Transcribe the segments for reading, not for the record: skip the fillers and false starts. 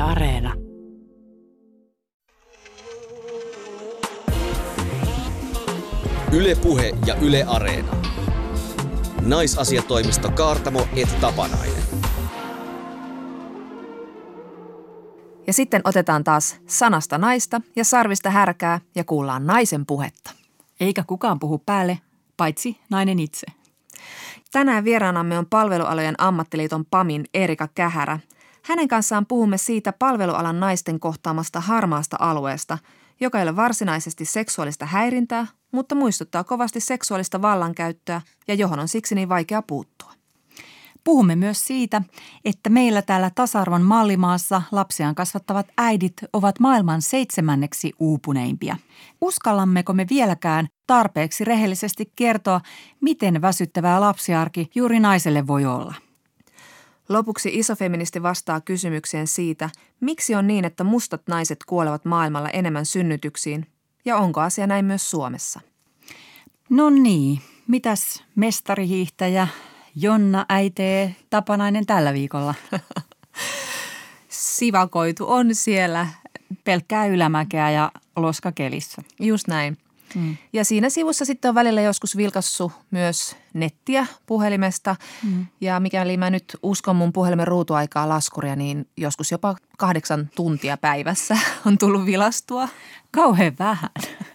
Areena. Yle Puhe ja Yle Areena. Naisasiatoimisto Kaartamo et Tapanainen. Ja sitten otetaan taas sanasta naista ja sarvista härkää ja kuullaan naisen puhetta. Eikä kukaan puhu päälle, paitsi nainen itse. Tänään vieraanamme on Palvelualojen ammattiliiton PAMin Erika Kähärä. Hänen kanssaan puhumme siitä palvelualan naisten kohtaamasta harmaasta alueesta, joka ei ole varsinaisesti seksuaalista häirintää, mutta muistuttaa kovasti seksuaalista vallankäyttöä ja johon on siksi niin vaikea puuttua. Puhumme myös siitä, että meillä täällä tasa-arvon mallimaassa lapsiaan kasvattavat äidit ovat maailman 7. uupuneimpia. Uskallammeko me vieläkään tarpeeksi rehellisesti kertoa, miten väsyttävää lapsiarki juuri naiselle voi olla? Lopuksi isofeministi vastaa kysymykseen siitä, miksi on niin, että mustat naiset kuolevat maailmalla enemmän synnytyksiin ja onko asia näin myös Suomessa. No niin, mitäs mestarihiihtäjä Jonna äitee Tapanainen tällä viikolla? Sivakoitu on siellä. Pelkkää ylämäkeä ja loskakelissä. Just näin. Ja siinä sivussa sitten on välillä joskus vilkassut myös nettiä puhelimesta. Ja mikäli mä nyt uskon mun puhelimen ruutuaikaa laskuria, niin joskus jopa 8 tuntia päivässä on tullut vilastua. Kauhean vähän.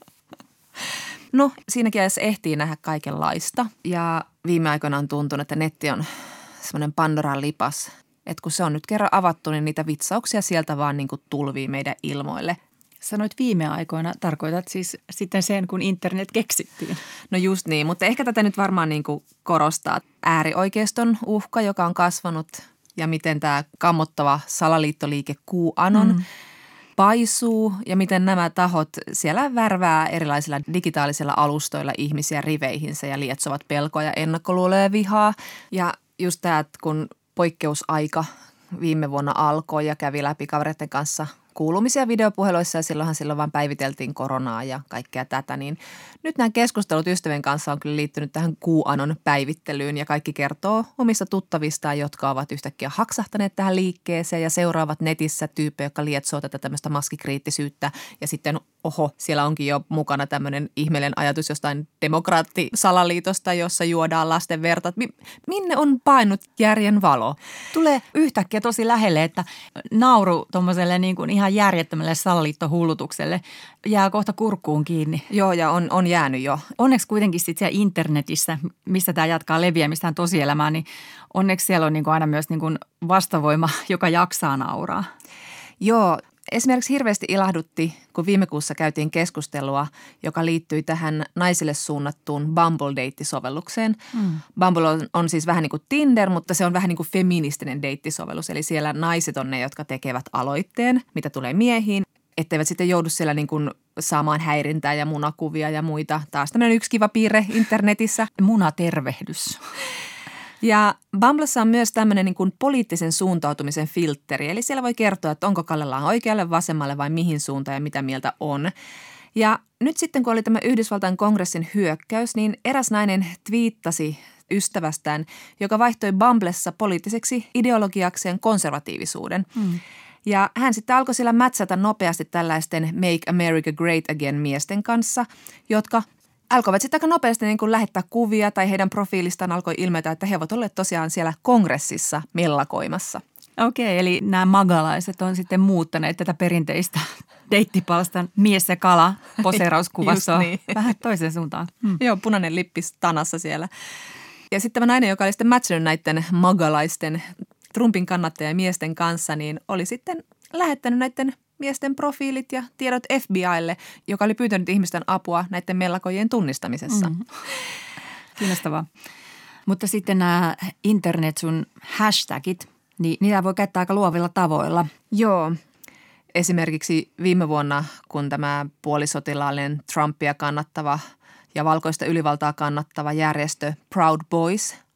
No, siinäkin ajassa ehtii nähdä kaikenlaista. Ja viime aikoina on tuntunut, että netti on semmoinen Pandoran lipas. Että kun se on nyt kerran avattu, niin niitä vitsauksia sieltä vaan niin kuin tulvii meidän ilmoille. Sanoit viime aikoina, tarkoitat siis sitten sen, kun internet keksittiin. No just niin, mutta ehkä tätä nyt varmaan niin kuin korostaa äärioikeiston uhka, joka on kasvanut ja miten tämä kammottava salaliittoliike QAnon paisuu ja miten nämä tahot siellä värvää erilaisilla digitaalisilla alustoilla ihmisiä riveihinsä ja lietsovat pelkoa ja ennakkoluuloja ja vihaa. Ja just tämä, että kun poikkeusaika viime vuonna alkoi ja kävi läpi kavereiden kanssa kuulumisia videopuheluissa ja silloin vaan päiviteltiin koronaa ja kaikkea tätä, niin nyt nämä keskustelut ystävien kanssa on kyllä liittynyt tähän QAnon päivittelyyn ja kaikki kertoo omista tuttavistaan, jotka ovat yhtäkkiä haksahtaneet tähän liikkeeseen ja seuraavat netissä tyyppejä, jotka lietsoo tätä tämmöistä maskikriittisyyttä ja sitten siellä onkin jo mukana tämmöinen ihmeellinen ajatus jostain demokraattisalaliitosta, jossa juodaan lasten verta. Minne on painut järjen valo? Tulee yhtäkkiä tosi lähelle, että nauru tuommoiselle niin kuin ihan järjettömälle salaliittohullutukselle jää kohta kurkkuun kiinni. Joo, ja on jäänyt jo. Onneksi kuitenkin sitten siellä internetissä, missä tämä jatkaa leviämistään tosielämään, niin onneksi siellä on niin kuin aina myös niin kuin vastavoima, joka jaksaa nauraa. Joo. Esimerkiksi hirveästi ilahdutti, kun viime kuussa käytiin keskustelua, joka liittyi tähän naisille suunnattuun Bumble-deittisovellukseen. Bumble on siis vähän niin kuin Tinder, mutta se on vähän niin kuin feministinen deittisovellus. Eli siellä naiset on ne, jotka tekevät aloitteen, mitä tulee miehiin, etteivät sitten joudu siellä niin kuin saamaan häirintää ja munakuvia ja muita. Taas tämmöinen yksi kiva piirre internetissä. Munatervehdys. Ja Bumblessa on myös tämmöinen niin kuin poliittisen suuntautumisen filtteri, eli siellä voi kertoa, että onko kallellaan oikealle, vasemmalle vai mihin suuntaan ja mitä mieltä on. Ja nyt sitten, kun oli tämä Yhdysvaltain kongressin hyökkäys, niin eräs nainen twiittasi ystävästään, joka vaihtoi Bumblessa poliittiseksi ideologiakseen konservatiivisuuden. Ja hän sitten alkoi sillä mätsätä nopeasti tällaisten Make America Great Again -miesten kanssa, jotka alkoivat sitten aika nopeasti niin kuin lähettää kuvia tai heidän profiilistaan alkoi ilmetä, että he ovat olleet tosiaan siellä kongressissa mellakoimassa. Okei, eli nämä magalaiset on sitten muuttaneet tätä perinteistä deittipalstan mies ja kala poseerauskuvastoa niin. vähän toiseen suuntaan. Joo, punainen lippis tanassa siellä. Ja sitten tämä nainen, joka oli sitten matchannut näiden magalaisten Trumpin kannattajamiesten kanssa, niin oli sitten lähettänyt näiden miesten profiilit ja tiedot FBI:lle, joka oli pyytänyt ihmisten apua näiden mellakojen tunnistamisessa. Kiinnostavaa. Mutta sitten nämä internet sun hashtagit, niin niitä voi käyttää aika luovilla tavoilla. Joo. Esimerkiksi viime vuonna, kun tämä puolisotilaallinen Trumpia kannattava ja valkoista ylivaltaa kannattava järjestö Proud Boys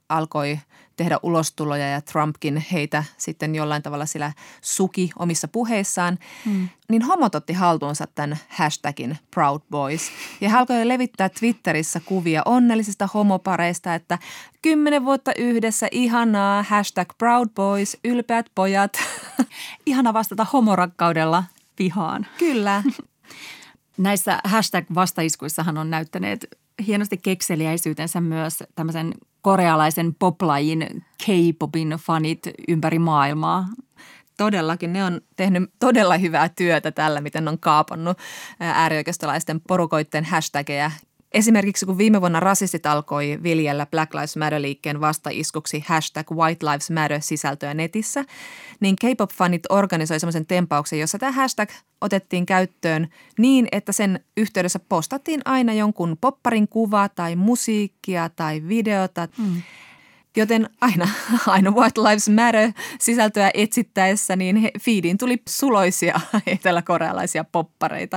alkoi tehdä ulostuloja ja Trumpkin heitä sitten jollain tavalla sillä suki omissa puheissaan, niin homot otti haltuunsa tämän hashtagin Proud Boys. Ja he alkoi levittää Twitterissä kuvia onnellisista homopareista, että 10 vuotta yhdessä, ihanaa, hashtag Proud Boys, ylpeät pojat. Ihana vastata homorakkaudella vihaan. Kyllä. Näissä hashtag-vastaiskuissahan on näyttäneet hienosti kekseliäisyytensä myös tämmöisen korealaisen poplajin K-popin fanit ympäri maailmaa. Todellakin. Ne on tehnyt todella hyvää työtä tällä, miten on kaapannut äärioikeistolaisten porukoitten hashtageja. Esimerkiksi kun viime vuonna rasistit alkoi viljellä Black Lives Matter-liikkeen vastaiskuksi hashtag White Lives Matter-sisältöä netissä, niin K-pop-fanit organisoi semmoisen tempauksen, jossa tämä hashtag otettiin käyttöön niin, että sen yhteydessä postattiin aina jonkun popparin kuva tai musiikkia tai videota. Joten aina White Lives Matter-sisältöä etsittäessä, niin feediin tuli suloisia eteläkorealaisia poppareita.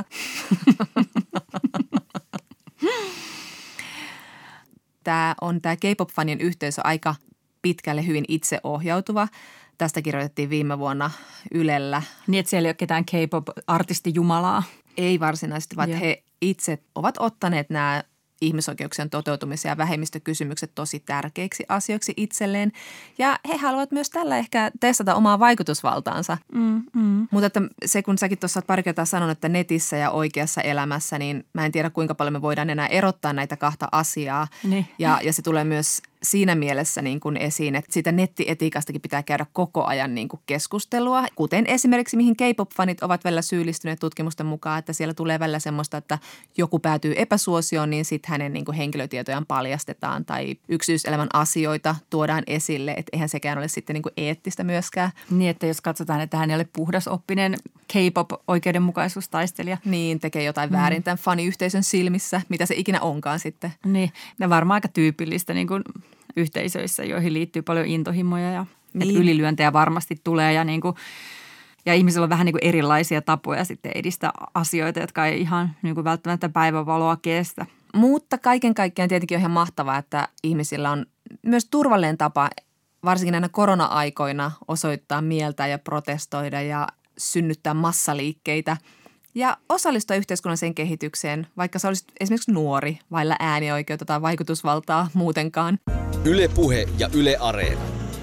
Tämä K-pop-fanien yhteisö aika pitkälle hyvin itseohjautuva. Tästä kirjoitettiin viime vuonna Ylellä. Niin, että siellä ei ole ketään K-pop-artistijumalaa. Ei varsinaisesti, vaan he itse ovat ottaneet nämä ihmisoikeuksien toteutumisia ja vähemmistökysymykset tosi tärkeiksi asioiksi itselleen. Ja he haluavat myös tällä ehkä testata omaa vaikutusvaltaansa. Mutta että se, kun säkin tuossa olet pari kertaa sanonut, että netissä ja oikeassa elämässä, niin mä en tiedä kuinka paljon me voidaan enää erottaa näitä kahta asiaa. Niin. Ja se tulee myös siinä mielessä niin kuin esiin, että siitä nettietiikastakin pitää käydä koko ajan niin kuin keskustelua. Kuten esimerkiksi mihin K-pop-fanit ovat välillä syyllistyneet tutkimusten mukaan, että siellä tulee välillä semmoista, että joku päätyy epäsuosioon, niin sitten hänen niin kuin henkilötietojaan paljastetaan tai yksityiselämän asioita tuodaan esille. Että eihän sekään ole sitten niin kuin eettistä myöskään. Niin, että jos katsotaan, että hän ei ole puhdasoppinen K-pop-oikeudenmukaisuustaistelija. Niin, tekee jotain väärin tämän faniyhteisön silmissä, mitä se ikinä onkaan sitten. Niin, ne varmaan aika tyypillistä niin kuin yhteisöissä, joihin liittyy paljon intohimoja ja niin. Ylilyöntejä varmasti tulee ja ihmisillä on vähän niin kuin erilaisia tapoja sitten edistää asioita, jotka ei ihan niin kuin välttämättä päivänvaloa kestä. Mutta kaiken kaikkiaan tietenkin on ihan mahtavaa, että ihmisillä on myös turvallinen tapa, varsinkin näinä korona-aikoina, osoittaa mieltä ja protestoida ja synnyttää massaliikkeitä ja osallistua yhteiskunnalliseen kehitykseen, vaikka sä olisit esimerkiksi nuori, vailla äänioikeutta tai vaikutusvaltaa muutenkaan. Yle Puhe ja Yle Areena.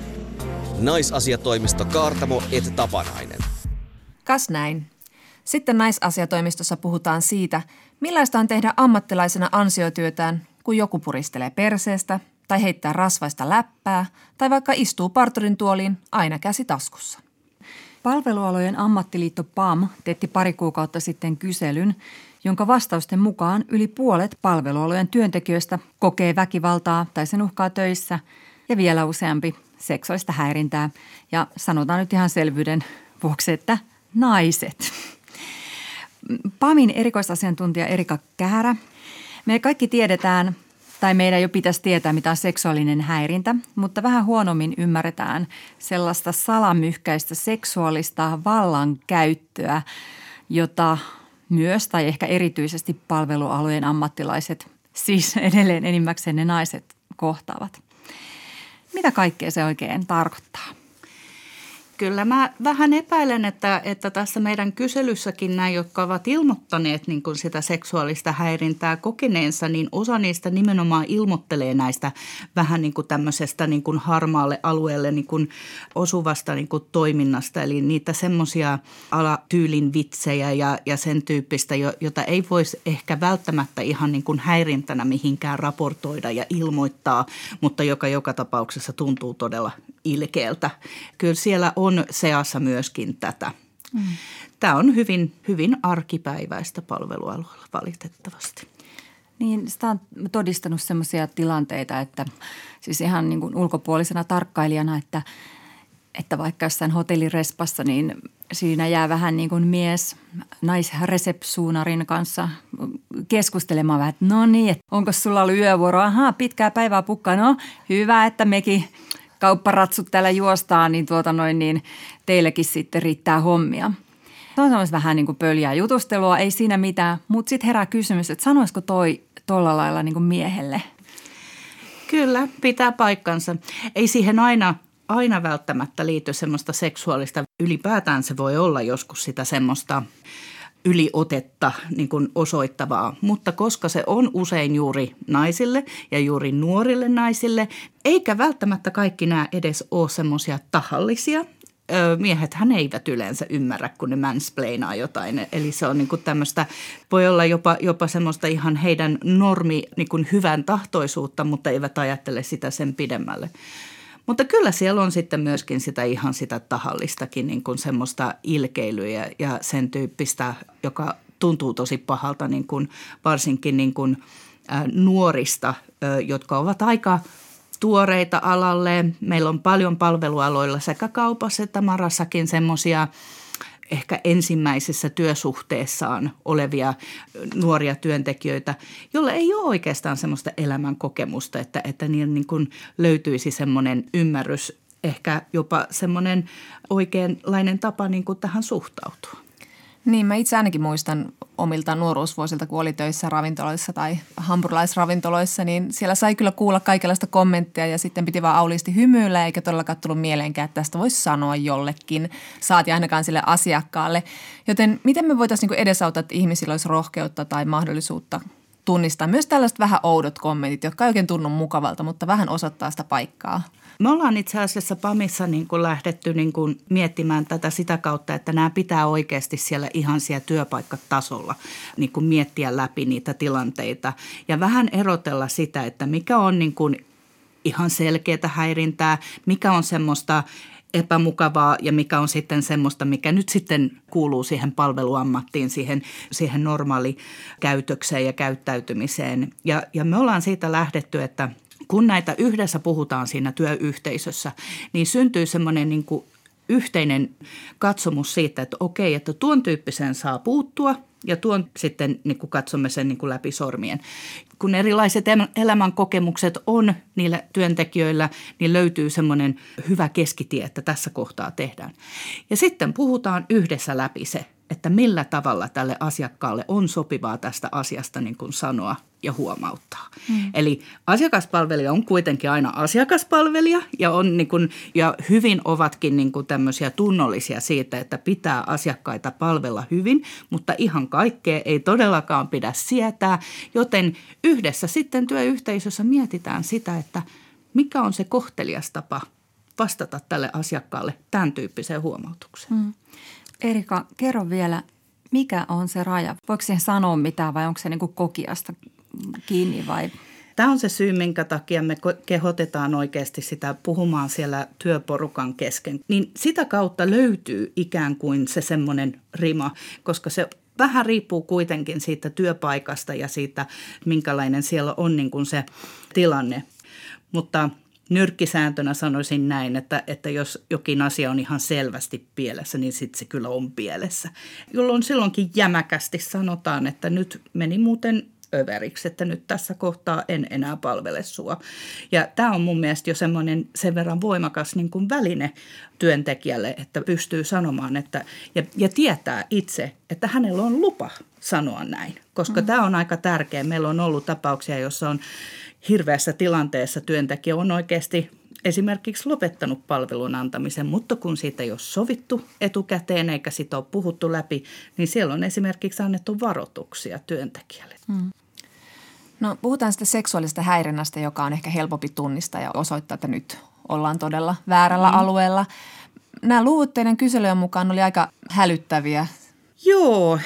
Naisasiatoimisto Kaartamo et Tapanainen. Kas näin. Sitten naisasiatoimistossa puhutaan siitä, millaista on tehdä ammattilaisena ansiotyötään, kun joku puristelee perseestä tai heittää rasvaista läppää tai vaikka istuu parturin tuoliin aina käsi taskussa. Palvelualojen ammattiliitto PAM teetti pari kuukautta sitten kyselyn, jonka vastausten mukaan yli puolet palvelualojen työntekijöistä kokee väkivaltaa tai sen uhkaa töissä ja vielä useampi seksuaalista häirintää. Ja sanotaan nyt ihan selvyyden vuoksi, että naiset. PAMin erikoisasiantuntija Erika Kähärä. Me kaikki tiedetään, tai meidän jo pitäisi tietää, mitä on seksuaalinen häirintä, mutta vähän huonommin ymmärretään sellaista salamyhkäistä seksuaalista vallankäyttöä, jota myös tai ehkä erityisesti palvelualojen ammattilaiset, siis edelleen enimmäkseen ne naiset, kohtaavat. Mitä kaikkea se oikein tarkoittaa? Kyllä mä vähän epäilen, että tässä meidän kyselyssäkin nämä, jotka ovat ilmoittaneet niin kuin sitä seksuaalista häirintää kokeneensa, niin osa niistä nimenomaan ilmoittelee näistä vähän niin kuin tämmöisestä niin kuin harmaalle alueelle niin kuin osuvasta niin kuin toiminnasta. Eli niitä semmoisia alatyylin vitsejä ja sen tyyppistä, jota ei voisi ehkä välttämättä ihan niin kuin häirintänä mihinkään raportoida ja ilmoittaa, mutta joka tapauksessa tuntuu todella ilkeältä. Kyllä siellä on seassa myöskin tätä. Tämä on hyvin, hyvin arkipäiväistä palvelualueella valitettavasti. Niin, sitä on todistanut sellaisia tilanteita, että siis ihan niin kuin ulkopuolisena tarkkailijana, että vaikka jossain hotellirespassa, niin siinä jää vähän niin kuin mies naisresepsuunarin kanssa keskustelemaan vähän, että no niin, että onko sulla ollut yövuoro? Ahaa, pitkää päivää pukkaa. No hyvä, että mekin kaupparatsut täällä juostaan, niin niin teillekin sitten riittää hommia. Se on semmoista vähän niin kuin pöljää jutustelua, ei siinä mitään, mutta sitten herää kysymys, että sanoisiko toi tolla lailla niin kuin miehelle? Kyllä, pitää paikkansa. Ei siihen aina välttämättä liity semmoista seksuaalista. Ylipäätään se voi olla joskus sitä semmoista yliotetta niin kuin osoittavaa, mutta koska se on usein juuri naisille ja juuri nuorille naisille, eikä välttämättä kaikki nämä edes ole semmoisia tahallisia. Miehethän eivät yleensä ymmärrä, kun ne mansplainaa jotain. Eli se on niin kuin tämmöistä, voi olla jopa semmoista ihan heidän normi niin kuin hyvän tahtoisuutta, mutta eivät ajattele sitä sen pidemmälle. Mutta kyllä siellä on sitten myöskin sitä tahallistakin niin kuin semmoista ilkeilyä ja sen tyyppistä, joka tuntuu tosi pahalta niin kuin varsinkin niin kuin nuorista, jotka ovat aika tuoreita alalle. Meillä on paljon palvelualoilla sekä kaupassa että Marassakin semmoisia ehkä ensimmäisessä työsuhteessaan olevia nuoria työntekijöitä, joilla ei ole oikeastaan semmoista elämän kokemusta, että niillä niin kuin löytyisi semmoinen ymmärrys, ehkä jopa semmoinen oikeanlainen tapa niin kuin tähän suhtautua. Niin, mä itse ainakin muistan omilta nuoruusvuosilta, kun oli töissä ravintoloissa tai hampurilaisravintoloissa, niin siellä sai kyllä kuulla kaikenlaista kommenttia ja sitten piti vaan auliisti hymyillä eikä todellakaan tullut mieleenkään, että tästä voisi sanoa jollekin, saati ainakaan sille asiakkaalle. Joten miten me voitaisiin niin edesauttaa, että ihmisillä olisi rohkeutta tai mahdollisuutta tunnistaa myös tällaiset vähän oudot kommentit, jotka ei oikein tunnu mukavalta, mutta vähän osoittaa sitä paikkaa? Me ollaan itse asiassa PAMissa niin kuin lähdetty niin kuin miettimään tätä sitä kautta, että nämä pitää oikeasti siellä ihan siellä työpaikkatasolla niin kuin miettiä läpi niitä tilanteita ja vähän erotella sitä, että mikä on niin kuin ihan selkeätä häirintää, mikä on semmoista epämukavaa ja mikä on sitten semmoista, mikä nyt sitten kuuluu siihen palveluammattiin, siihen normaalikäytökseen ja käyttäytymiseen. Ja me ollaan siitä lähdetty, että kun näitä yhdessä puhutaan siinä työyhteisössä, niin syntyy semmoinen niin kuin yhteinen katsomus siitä, että okei, että tuon tyyppiseen saa puuttua ja tuon sitten niin kuin katsomme sen niin kuin läpi sormien. Kun erilaiset elämänkokemukset on niillä työntekijöillä, niin löytyy semmoinen hyvä keskitie, että tässä kohtaa tehdään. Ja sitten puhutaan yhdessä läpi se, että millä tavalla tälle asiakkaalle on sopivaa tästä asiasta niin kuin sanoa ja huomauttaa. Eli asiakaspalvelija on kuitenkin aina asiakaspalvelija ja hyvin ovatkin niin kuin tämmöisiä tunnollisia siitä, että pitää asiakkaita palvella hyvin, mutta ihan kaikkea ei todellakaan pidä sietää, joten yhdessä sitten työyhteisössä mietitään sitä, että mikä on se kohtelias tapa vastata tälle asiakkaalle tämän tyyppiseen huomautukseen. Erika, kerro vielä, mikä on se raja? Voiko siihen sanoa mitään vai onko se niin kuin kokiasta kiinni vai? Tämä on se syy, minkä takia me kehotetaan oikeasti sitä puhumaan siellä työporukan kesken. Niin sitä kautta löytyy ikään kuin se semmoinen rima, koska se vähän riippuu kuitenkin siitä työpaikasta ja siitä, minkälainen siellä on niin kuin se tilanne. Mutta nyrkkisääntönä sanoisin näin, että jos jokin asia on ihan selvästi pielessä, niin sitten se kyllä on pielessä. Jolloin silloinkin jämäkästi sanotaan, että nyt meni muuten överiksi, että nyt tässä kohtaa en enää palvele sua. Ja tämä on mun mielestä jo semmoinen sen verran voimakas niin kuin väline työntekijälle, että pystyy sanomaan ja tietää itse, että hänellä on lupa sanoa näin. Koska tämä on aika tärkeä. Meillä on ollut tapauksia, jossa on hirveässä tilanteessa työntekijä on oikeasti esimerkiksi lopettanut palvelun antamisen, mutta kun siitä ei ole sovittu etukäteen eikä sitä ole puhuttu läpi, niin siellä on esimerkiksi annettu varoituksia työntekijälle. No puhutaan sitä seksuaalista häirinnästä, joka on ehkä helpompi tunnistaa ja osoittaa, että nyt ollaan todella väärällä alueella. Nämä luvut teidän kyselyjen mukaan oli aika hälyttäviä. Joo,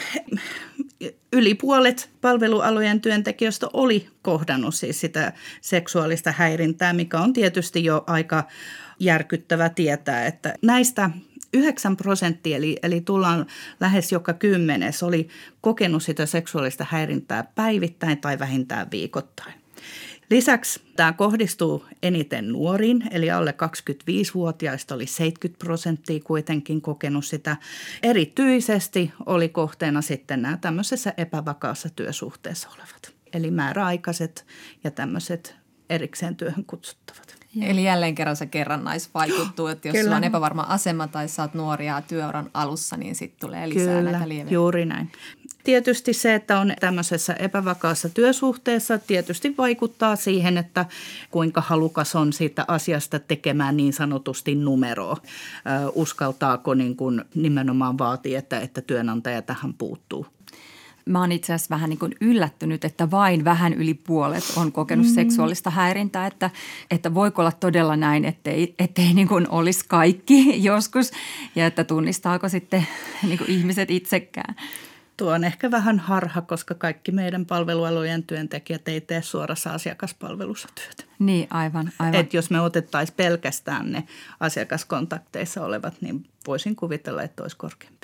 yli puolet palvelualojen työntekijöistä oli kohdannut siis sitä seksuaalista häirintää, mikä on tietysti jo aika järkyttävä tietää, että näistä 9%, eli tullaan lähes joka 10, oli kokenut sitä seksuaalista häirintää päivittäin tai vähintään viikoittain. Lisäksi tämä kohdistuu eniten nuoriin, eli alle 25-vuotiaista oli 70% kuitenkin kokenut sitä. Erityisesti oli kohteena sitten nämä tämmöisessä epävakaassa työsuhteessa olevat, eli määräaikaiset ja tämmöiset erikseen työhön kutsuttavat. Eli jälleen kerran se kerrannaisvaikuttuu, että jos sulla on epävarma asema tai sä oot nuoria työuran alussa, niin sitten tulee lisää näitä lieviä. Juuri näin. Tietysti se, että on tämmöisessä epävakaassa työsuhteessa, tietysti vaikuttaa siihen, että kuinka halukas on siitä asiasta tekemään niin sanotusti numeroa. Uskaltaako niin kuin nimenomaan vaatia, että työnantaja tähän puuttuu. Mä oon itse asiassa vähän niin kuin yllättynyt, että vain vähän yli puolet on kokenut seksuaalista häirintää, että voiko olla todella näin, ettei niin kuin olisi kaikki joskus ja että tunnistaako sitten niin kuin ihmiset itsekään. Tuo on ehkä vähän harha, koska kaikki meidän palvelualojen työntekijät ei tee suorassa asiakaspalvelussa työtä. Niin, aivan. Et jos me otettaisiin pelkästään ne asiakaskontakteissa olevat, niin voisin kuvitella, että olisi korkeampi.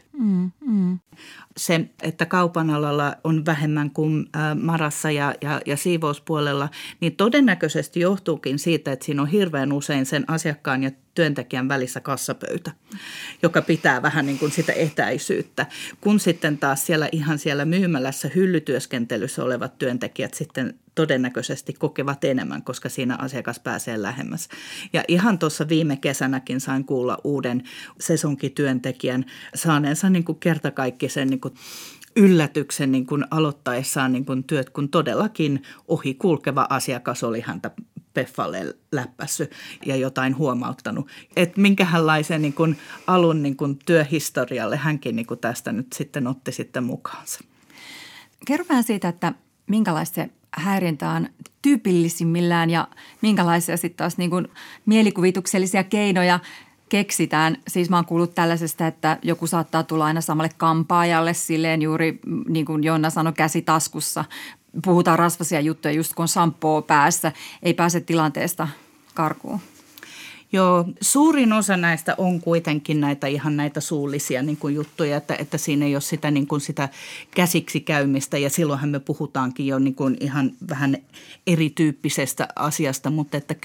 Se, että kaupan alalla on vähemmän kuin marassa ja siivouspuolella, niin todennäköisesti johtuukin siitä, että siinä on hirveän usein sen asiakkaan ja työntekijän välissä kassapöytä, joka pitää vähän niin kuin sitä etäisyyttä. Kun sitten taas siellä myymälässä hyllytyöskentelyssä olevat työntekijät sitten todennäköisesti kokevat enemmän, koska siinä asiakas pääsee lähemmäs. Ja ihan tuossa viime kesänäkin sain kuulla uuden sesonkityöntekijän saaneensa niin kuin kertakaikkisen niin kuin yllätyksen niin kuin aloittaessaan niin kuin työt, kun todellakin ohi kulkeva asiakas oli häntä peffalle läppässyt ja jotain huomauttanut. Että minkälaisen niin kuin alun niin kuin työhistorialle hänkin niin kuin tästä nyt sitten otti sitten mukaansa. Kerro vähän siitä, että minkälaista se häirintä on tyypillisimmillään ja minkälaisia sitten taas niin kuin mielikuvituksellisia keinoja keksitään. Siis mä oon kuullut tällaisesta, että joku saattaa tulla aina samalle kampaajalle silleen juuri niin kuin Jonna sanoi käsitaskussa. Puhutaan rasvaisia juttuja just kun on shampoo päässä, ei pääse tilanteesta karkuun. Joo, suurin osa näistä on kuitenkin näitä suullisia niin kuin juttuja, että siinä ei ole sitä, niin kuin sitä käsiksi käymistä ja silloinhan me puhutaankin jo niin kuin ihan vähän erityyppisestä asiasta, mutta että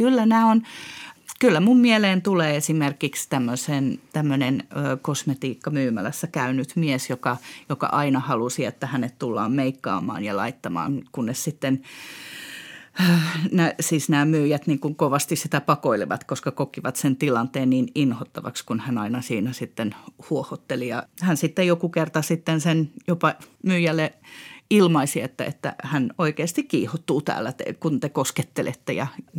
kyllä mun mieleen tulee esimerkiksi tämmöinen kosmetiikkamyymälässä käynyt mies, joka aina halusi, että hänet tullaan meikkaamaan ja laittamaan, kunnes sitten nämä myyjät niin kuin kovasti sitä pakoilevat, koska kokivat sen tilanteen niin inhottavaksi, kun hän aina siinä sitten huohotteli. Ja hän sitten joku kerta sitten sen jopa myyjälle ilmaisi, että hän oikeasti kiihottuu täällä, kun te koskettelette.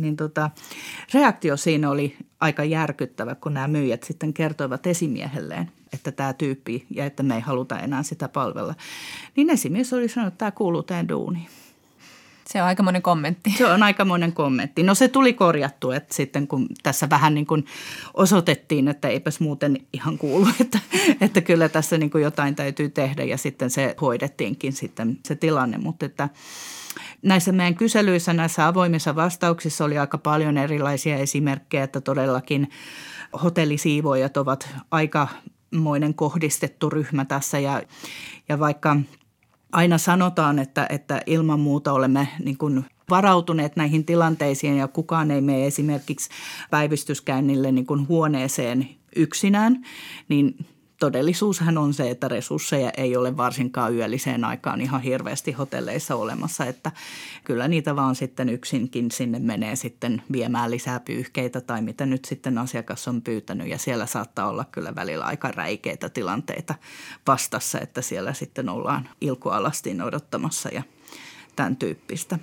Reaktio siinä oli aika järkyttävä, kun nämä myyjät sitten kertoivat esimiehelleen, että tämä tyyppi ja että me ei haluta enää sitä palvella. Niin esimies oli sanonut, että tämä kuuluu teidän duuniin. Se on aikamoinen kommentti. Se on aikamoinen kommentti. No se tuli korjattu, että sitten kun tässä vähän niin kuin osoitettiin, että eipäs muuten ihan kuulu, että kyllä tässä niin kuin jotain täytyy tehdä ja sitten se hoidettiinkin sitten se tilanne. Mutta että näissä meidän kyselyissä, näissä avoimissa vastauksissa oli aika paljon erilaisia esimerkkejä, että todellakin hotellisiivoojat ovat aikamoinen kohdistettu ryhmä tässä ja vaikka aina sanotaan, että ilman muuta olemme niin kuin varautuneet näihin tilanteisiin ja kukaan ei mene esimerkiksi päivystyskäynnille niin kuin huoneeseen yksinään, niin todellisuushan on se, että resursseja ei ole varsinkaan yölliseen aikaan ihan hirveästi hotelleissa olemassa, että kyllä niitä vaan sitten yksinkin sinne menee sitten viemään lisää pyyhkeitä tai mitä nyt sitten asiakas on pyytänyt ja siellä saattaa olla kyllä välillä aika räikeitä tilanteita vastassa, että siellä sitten ollaan ilkualastiin odottamassa ja tämän tyyppistä.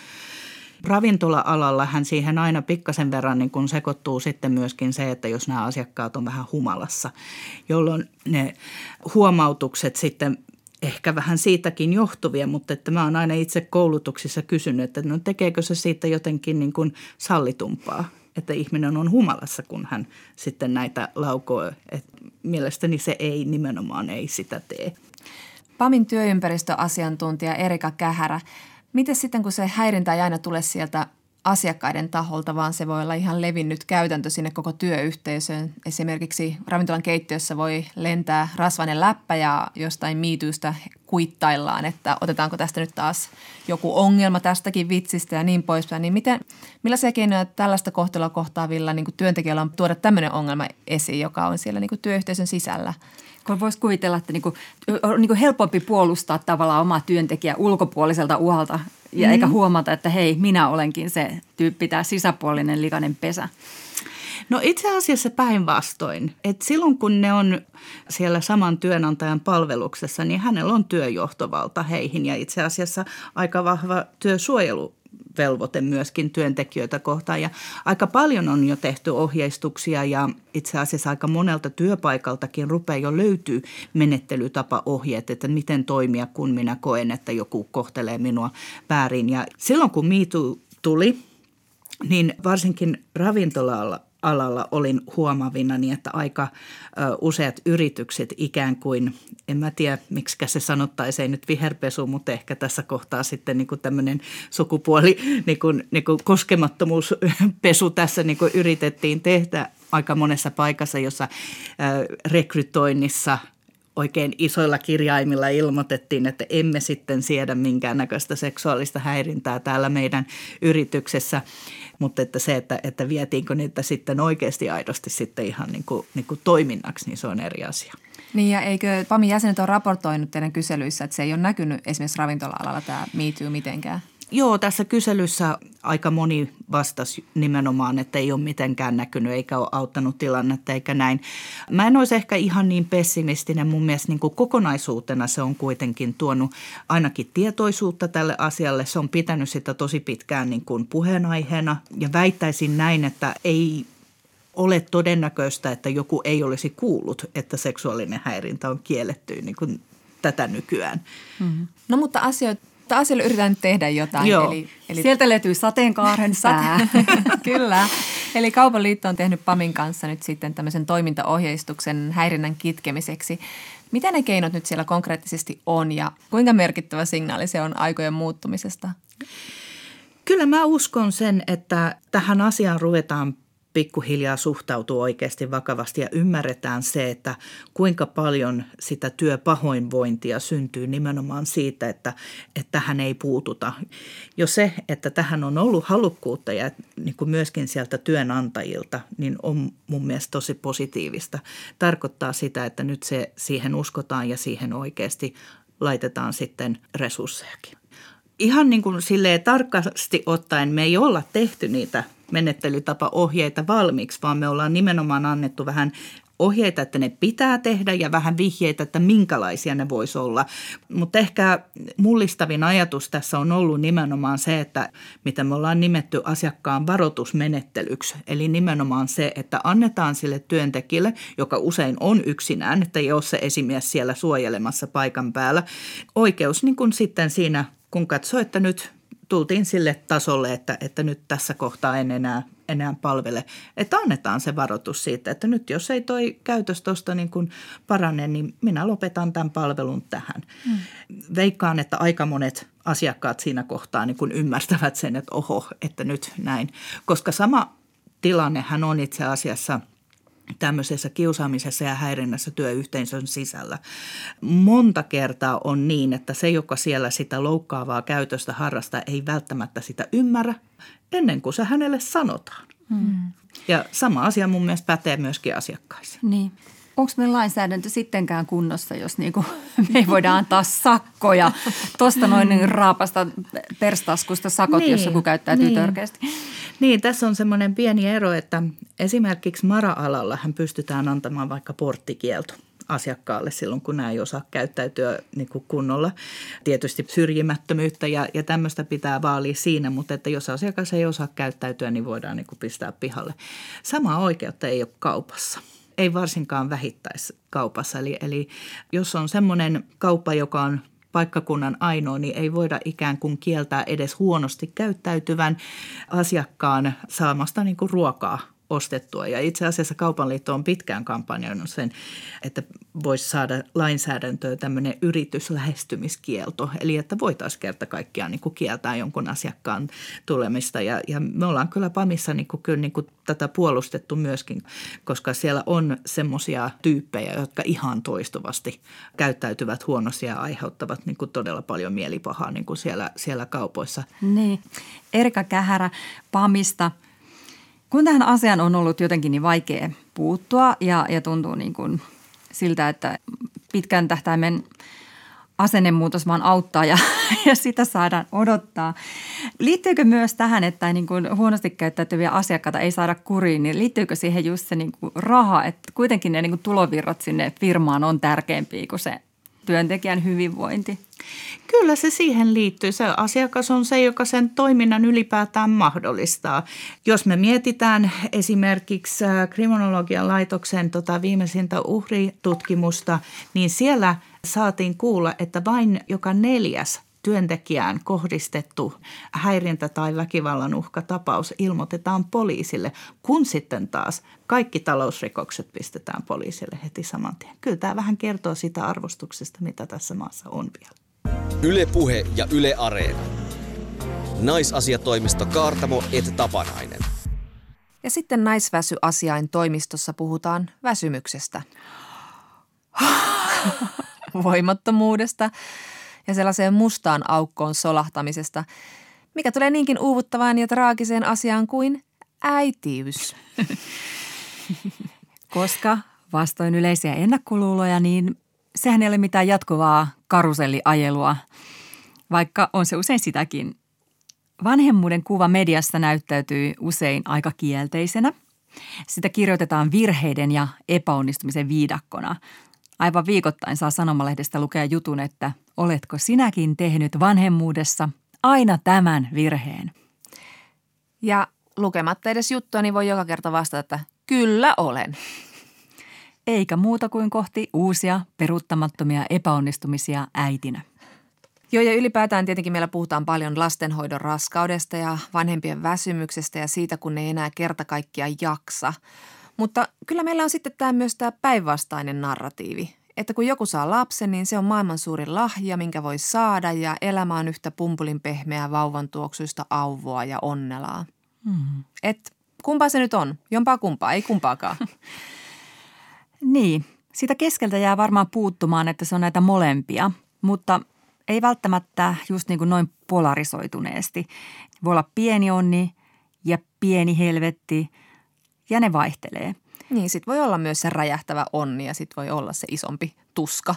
Ravintola-alalla hän siihen aina pikkasen verran niin kun sekoittuu sitten myöskin se, että jos nämä asiakkaat on vähän humalassa, jolloin ne huomautukset sitten ehkä vähän siitäkin johtuvia, mutta että mä oon aina itse koulutuksissa kysynyt, että no tekeekö se siitä jotenkin niin kuin sallitumpaa, että ihminen on humalassa, kun hän sitten näitä laukoo. Et mielestäni se ei nimenomaan ei sitä tee. PAMin työympäristöasiantuntija Erika Kähärä. Miten sitten, kun se häirintä ei aina tule sieltä asiakkaiden taholta, vaan se voi olla ihan levinnyt käytäntö sinne koko työyhteisöön. Esimerkiksi ravintolan keittiössä voi lentää rasvainen läppä ja jostain miityystä kuittaillaan, että otetaanko tästä nyt taas joku ongelma tästäkin vitsistä ja niin poispäin. Niin millaisia keinoja tällaista kohtelua kohtaavilla niin kuin työntekijöillä on tuoda tämmöinen ongelma esiin, joka on siellä niin kuin työyhteisön sisällä? Kun voisi kuvitella, että on helpompi puolustaa tavallaan omaa työntekijää ulkopuoliselta uhalta ja eikä huomata, että hei, minä olenkin se tyyppi, tämä sisäpuolinen likainen pesä. No itse asiassa päinvastoin. Et silloin kun ne on siellä saman työnantajan palveluksessa, niin hänellä on työjohtovalta heihin ja itse asiassa aika vahva työsuojeluvelvoite myöskin työntekijöitä kohtaan. Ja aika paljon on jo tehty ohjeistuksia ja itse asiassa aika monelta työpaikaltakin rupeaa jo löytyy menettelytapaohjeet, että miten toimia, kun minä koen, että joku kohtelee minua väärin. Ja silloin kun Me Too tuli, niin varsinkin ravintola-alalla olin huomaavinani, että aika useat yritykset ikään kuin, en mä tiedä miksi se sanottaisiin, ei nyt viherpesu, mutta ehkä tässä kohtaa sitten niin kuin tämmöinen sukupuoli niin kuin koskemattomuuspesu tässä niin kuin yritettiin tehdä aika monessa paikassa, jossa rekrytoinnissa oikein isoilla kirjaimilla ilmoitettiin, että emme sitten siedä minkäännäköistä seksuaalista häirintää täällä meidän yrityksessä, mutta että se, että vietiinkö niitä sitten oikeasti aidosti sitten ihan niin kuin toiminnaksi, niin se on eri asia. Niin ja eikö PAMin jäsenet ole raportoinut teidän kyselyissä, että se ei ole näkynyt esimerkiksi ravintola-alalla tämä Me Too mitenkään? Joo, tässä kyselyssä aika moni vastasi nimenomaan, että ei ole mitenkään näkynyt eikä ole auttanut tilannetta eikä näin. Mä en olisi ehkä ihan niin pessimistinen. Mun mielestä niin kuin kokonaisuutena se on kuitenkin tuonut ainakin tietoisuutta tälle asialle. Se on pitänyt sitä tosi pitkään niin kuin puheenaiheena ja väittäisin näin, että ei ole todennäköistä, että joku ei olisi kuullut, että seksuaalinen häirintä on kielletty niin kuin tätä nykyään. Mm-hmm. No mutta asialle yritetään nyt tehdä jotain. Eli sieltä löytyy sateenkaaren sää. Kyllä. Eli Kaupan liitto on tehnyt PAMin kanssa nyt sitten tämmöisen toimintaohjeistuksen häirinnän kitkemiseksi. Mitä ne keinot nyt siellä konkreettisesti on ja kuinka merkittävä signaali se on aikojen muuttumisesta? Kyllä mä uskon sen, että tähän asiaan ruvetaan pikkuhiljaa suhtautuu oikeasti vakavasti ja ymmärretään se, että kuinka paljon sitä työpahoinvointia syntyy nimenomaan siitä, että tähän ei puututa. Jo se, että tähän on ollut halukkuutta ja niin kuin myöskin sieltä työnantajilta, niin on mun mielestä tosi positiivista. Tarkoittaa sitä, että nyt siihen uskotaan ja siihen oikeasti laitetaan sitten resurssejakin. Ihan niin kuin silleen tarkasti ottaen me ei olla tehty niitä menettelytapaohjeita valmiiksi, vaan me ollaan nimenomaan annettu vähän ohjeita, että ne pitää tehdä ja vähän vihjeitä, että minkälaisia ne voisi olla. Mutta ehkä mullistavin ajatus tässä on ollut nimenomaan se, että mitä me ollaan nimetty asiakkaan varoitusmenettelyksi. Eli nimenomaan se, että annetaan sille työntekijälle, joka usein on yksinään, että ei ole se esimies siellä suojelemassa paikan päällä, oikeus niin kuin sitten siinä, kun katsoo, että nyt tultiin sille tasolle, että nyt tässä kohtaa en enää palvele, että annetaan se varoitus siitä, että nyt jos ei toi käytös tuosta niin kuin parane, niin minä lopetan tämän palvelun tähän. Veikkaan, että aika monet asiakkaat siinä kohtaa niin kuin ymmärtävät sen, että oho, että nyt näin, koska sama tilannehan on itse asiassa tämmöisessä kiusaamisessa ja häirinnässä työyhteisön sisällä. Monta kertaa on niin, että se, joka siellä sitä loukkaavaa käytöstä harrastaa, ei välttämättä sitä ymmärrä ennen kuin se hänelle sanotaan. Ja sama asia mun mielestä pätee myöskin asiakkaisiin. Niin. Onko meidän lainsäädäntö sittenkään kunnossa, jos niinku me ei voida antaa sakkoja, tuosta noin raapasta perstaskusta sakot, niin, jos joku käyttäytyy törkeästi? Niin, tässä on semmoinen pieni ero, että esimerkiksi mara-alallahan pystytään antamaan vaikka porttikielto asiakkaalle silloin, kun nämä ei osaa käyttäytyä niin kuin kunnolla. Tietysti syrjimättömyyttä ja tämmöistä pitää vaalia siinä, mutta että jos asiakas ei osaa käyttäytyä, niin voidaan niin kuin pistää pihalle. Samaa oikeutta ei ole kaupassa. Ei varsinkaan vähittäiskaupassa. Eli jos on semmoinen kauppa, joka on paikkakunnan ainoa, niin ei voida ikään kuin kieltää edes huonosti käyttäytyvän asiakkaan saamasta niin kuin ruokaa ostettua. Ja itse asiassa Kaupan liitto on pitkään kampanjoinut sen, että voisi saada lainsäädäntöön tämmöinen yrityslähestymiskielto. Eli että voitaisiin kerta kaikkiaan niin kuin kieltää jonkun asiakkaan tulemista. Ja me ollaan kyllä PAMissa niin kuin tätä puolustettu myöskin, koska siellä on semmoisia tyyppejä, jotka ihan toistuvasti käyttäytyvät huonosti ja aiheuttavat niin kuin todella paljon mielipahaa niin kuin siellä kaupoissa. Niin. Erika Kähärä PAMista. Kun tähän asiaan on ollut jotenkin niin vaikea puuttua ja tuntuu niin kuin siltä, että pitkän tähtäimen asennemuutos vaan auttaa ja sitä saadaan odottaa. Liittyykö myös tähän, että niin kuin huonosti käyttäytyviä asiakkaita ei saada kuriin, niin liittyykö siihen just se niin kuin raha, että kuitenkin ne niin kuin tulovirrat sinne firmaan on tärkeämpiä kuin se työntekijän hyvinvointi? Kyllä se siihen liittyy. Se asiakas on se, joka sen toiminnan ylipäätään mahdollistaa. Jos me mietitään esimerkiksi kriminologian laitoksen viimeisintä uhritutkimusta, niin siellä saatiin kuulla, että vain joka 4. työntekijään kohdistettu häirintä- tai väkivallan uhkatapaus ilmoitetaan poliisille, kun sitten taas kaikki talousrikokset pistetään poliisille heti saman tien. Kyllä tämä vähän kertoo sitä arvostuksesta, mitä tässä maassa on vielä. Yle Puhe ja Yle Areena. Naisasiatoimisto Kaartamo et Tapanainen. Ja sitten naisväsyasiain toimistossa puhutaan väsymyksestä, voimattomuudesta ja sellaiseen mustaan aukkoon solahtamisesta, mikä tulee niinkin uuvuttavaan ja traagiseen asiaan kuin äitiys. Koska vastoin yleisiä ennakkoluuloja, niin sehän ei ole mitään jatkuvaa karuselliajelua, vaikka on se usein sitäkin. Vanhemmuuden kuva mediassa näyttäytyy usein aika kielteisenä. Sitä kirjoitetaan virheiden ja epäonnistumisen viidakkona. Aivan viikoittain saa sanomalehdestä lukea jutun, että oletko sinäkin tehnyt vanhemmuudessa aina tämän virheen? Ja lukematta edes juttua, niin voi joka kerta vastata, että kyllä olen. Eikä muuta kuin kohti uusia peruuttamattomia epäonnistumisia äitinä. Joo, ja ylipäätään tietenkin meillä puhutaan paljon lastenhoidon raskaudesta ja vanhempien väsymyksestä ja siitä, kun ne ei enää kerta kaikkiaan jaksa. Mutta kyllä meillä on sitten myös tämä päinvastainen narratiivi, että kun joku saa lapsen, niin se on maailman suurin lahja, minkä voi saada ja elämä on yhtä pumpulin pehmeää vauvan tuoksuista auvoa ja onnelaa. Et kumpaa se nyt on? Jompaa kumpaa, ei kumpaakaan. Niin, siitä keskeltä jää varmaan puuttumaan, että se on näitä molempia, mutta ei välttämättä just niin kuin noin polarisoituneesti. Voi olla pieni onni ja pieni helvetti ja ne vaihtelee. Niin, sit voi olla myös se räjähtävä onni ja sit voi olla se isompi tuska.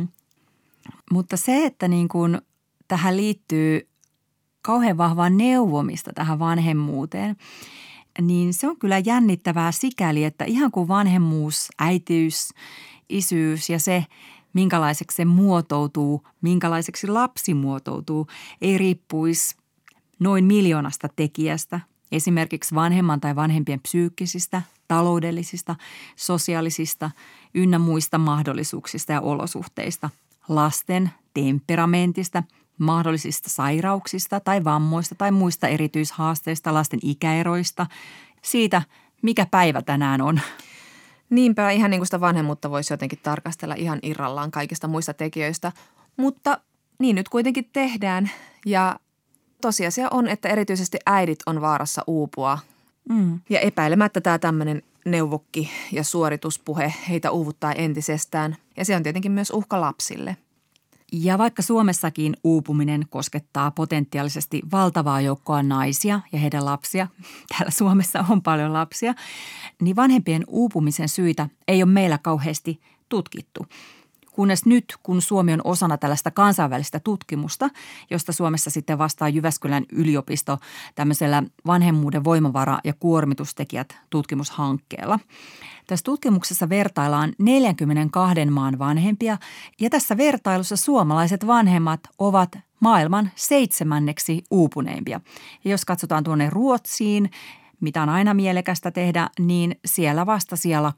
Mutta se, että niin kuin tähän liittyy kauhean vahvaa neuvomista tähän vanhemmuuteen, niin se on kyllä jännittävää sikäli, että ihan kuin vanhemmuus, äitiys, isyys ja se, minkälaiseksi se muotoutuu, minkälaiseksi lapsi muotoutuu, ei riippuisi noin 1 miljoonasta tekijästä. Esimerkiksi vanhemman tai vanhempien psyykkisistä, taloudellisista, sosiaalisista ynnä muista mahdollisuuksista ja olosuhteista, lasten temperamentista, mahdollisista sairauksista tai vammoista tai muista erityishaasteista, lasten ikäeroista, siitä, mikä päivä tänään on. Niinpä, ihan niin kuin sitä vanhemmuutta voisi jotenkin tarkastella ihan irrallaan kaikista muista tekijöistä, mutta niin nyt kuitenkin tehdään ja tosiasia on, että erityisesti äidit on vaarassa uupua ja epäilemättä tämä tämmöinen neuvokki ja suorituspuhe heitä uuvuttaa entisestään ja se on tietenkin myös uhka lapsille. Ja vaikka Suomessakin uupuminen koskettaa potentiaalisesti valtavaa joukkoa naisia ja heidän lapsia, täällä Suomessa on paljon lapsia, niin vanhempien uupumisen syitä ei ole meillä kauheasti tutkittu. Kunnes nyt, kun Suomi on osana tällaista kansainvälistä tutkimusta, josta Suomessa sitten vastaa Jyväskylän yliopisto tämmöisellä vanhemmuuden voimavara- ja kuormitustekijät tutkimushankkeella. Tässä tutkimuksessa vertaillaan 42 maan vanhempia ja tässä vertailussa suomalaiset vanhemmat ovat maailman 7. uupuneimpia. Ja jos katsotaan tuonne Ruotsiin, mitä on aina mielekästä tehdä, niin siellä vasta siellä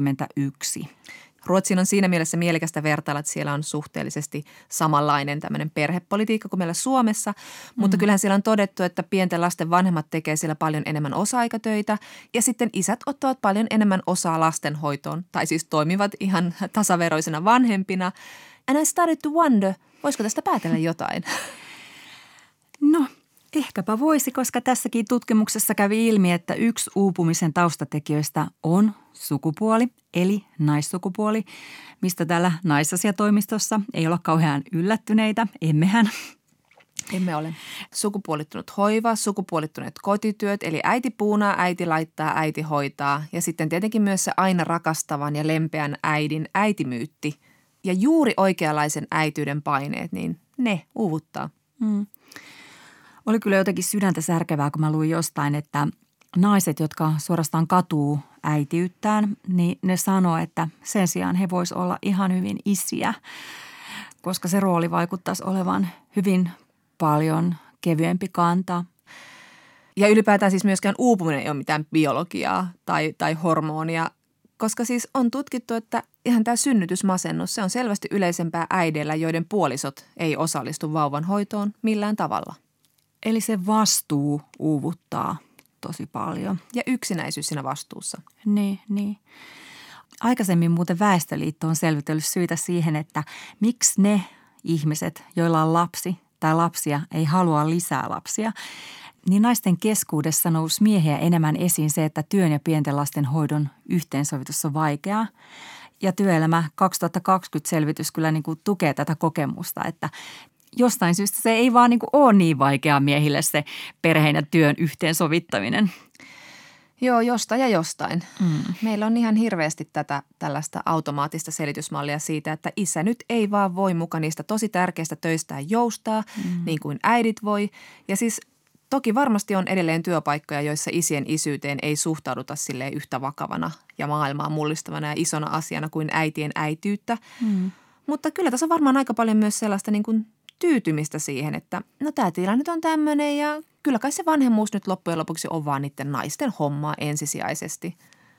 21. Ruotsiin on siinä mielessä mielekästä vertailla, että siellä on suhteellisesti samanlainen tämmöinen perhepolitiikka kuin meillä Suomessa, mutta kyllähän siellä on todettu, että pienten lasten vanhemmat tekee siellä paljon enemmän osa-aikatöitä ja sitten isät ottavat paljon enemmän osaa lastenhoitoon tai siis toimivat ihan tasaveroisena vanhempina. And I started to wonder, voisiko tästä päätellä jotain? No, ehkäpä voisi, koska tässäkin tutkimuksessa kävi ilmi, että yksi uupumisen taustatekijöistä on sukupuoli, eli naissukupuoli, mistä täällä naisasiatoimistossa ei olla kauhean yllättyneitä, emmehän. Emme ole. Sukupuolittunut hoiva, sukupuolittuneet kotityöt, eli äiti puunaa, äiti laittaa, äiti hoitaa ja sitten tietenkin myös se aina rakastavan ja lempeän äidin äitimyytti ja juuri oikeanlaisen äityyden paineet, niin ne uuvuttaa. Oli kyllä jotenkin sydäntä särkevää, kun mä luin jostain, että naiset, jotka suorastaan katuu äitiyttään, niin ne sanoo, että sen sijaan he vois olla ihan hyvin isiä, koska se rooli vaikuttaisi olevan hyvin paljon kevyempi kantaa. Ja ylipäätään siis myöskään uupuminen ei ole mitään biologiaa tai hormonia, koska siis on tutkittu, että ihan tämä synnytysmasennus, se on selvästi yleisempää äideillä, joiden puolisot ei osallistu vauvan hoitoon millään tavalla. Eli se vastuu uuvuttaa tosi paljon. Ja yksinäisyys siinä vastuussa. Niin. Aikaisemmin muuten Väestöliitto on selvitellyt syitä siihen, että miksi ne ihmiset, joilla on lapsi tai lapsia, ei halua lisää lapsia, niin naisten keskuudessa nousi miehiä enemmän esiin se, että työn ja pienten lasten hoidon yhteensovitus on vaikeaa. Ja Työelämä 2020-selvitys kyllä niin kuin tukee tätä kokemusta, että jostain syystä se ei vaan niin kuin ole niin vaikeaa miehille se perheen ja työn yhteensovittaminen. Joo, jostain. Meillä on ihan hirveästi tällaista automaattista selitysmallia siitä, että isä nyt ei vaan voi muka niistä tosi tärkeistä töistään joustaa, niin kuin äidit voi. Ja siis toki varmasti on edelleen työpaikkoja, joissa isien isyyteen ei suhtauduta silleen yhtä vakavana ja maailmaa mullistavana ja isona asiana kuin äitien äityyttä. Mutta kyllä tässä on varmaan aika paljon myös sellaista niin kuin tyytymistä siihen, että no tämä tilanne nyt on tämmöinen ja kyllä kai se vanhemmuus nyt loppujen lopuksi on vaan niiden naisten hommaa ensisijaisesti.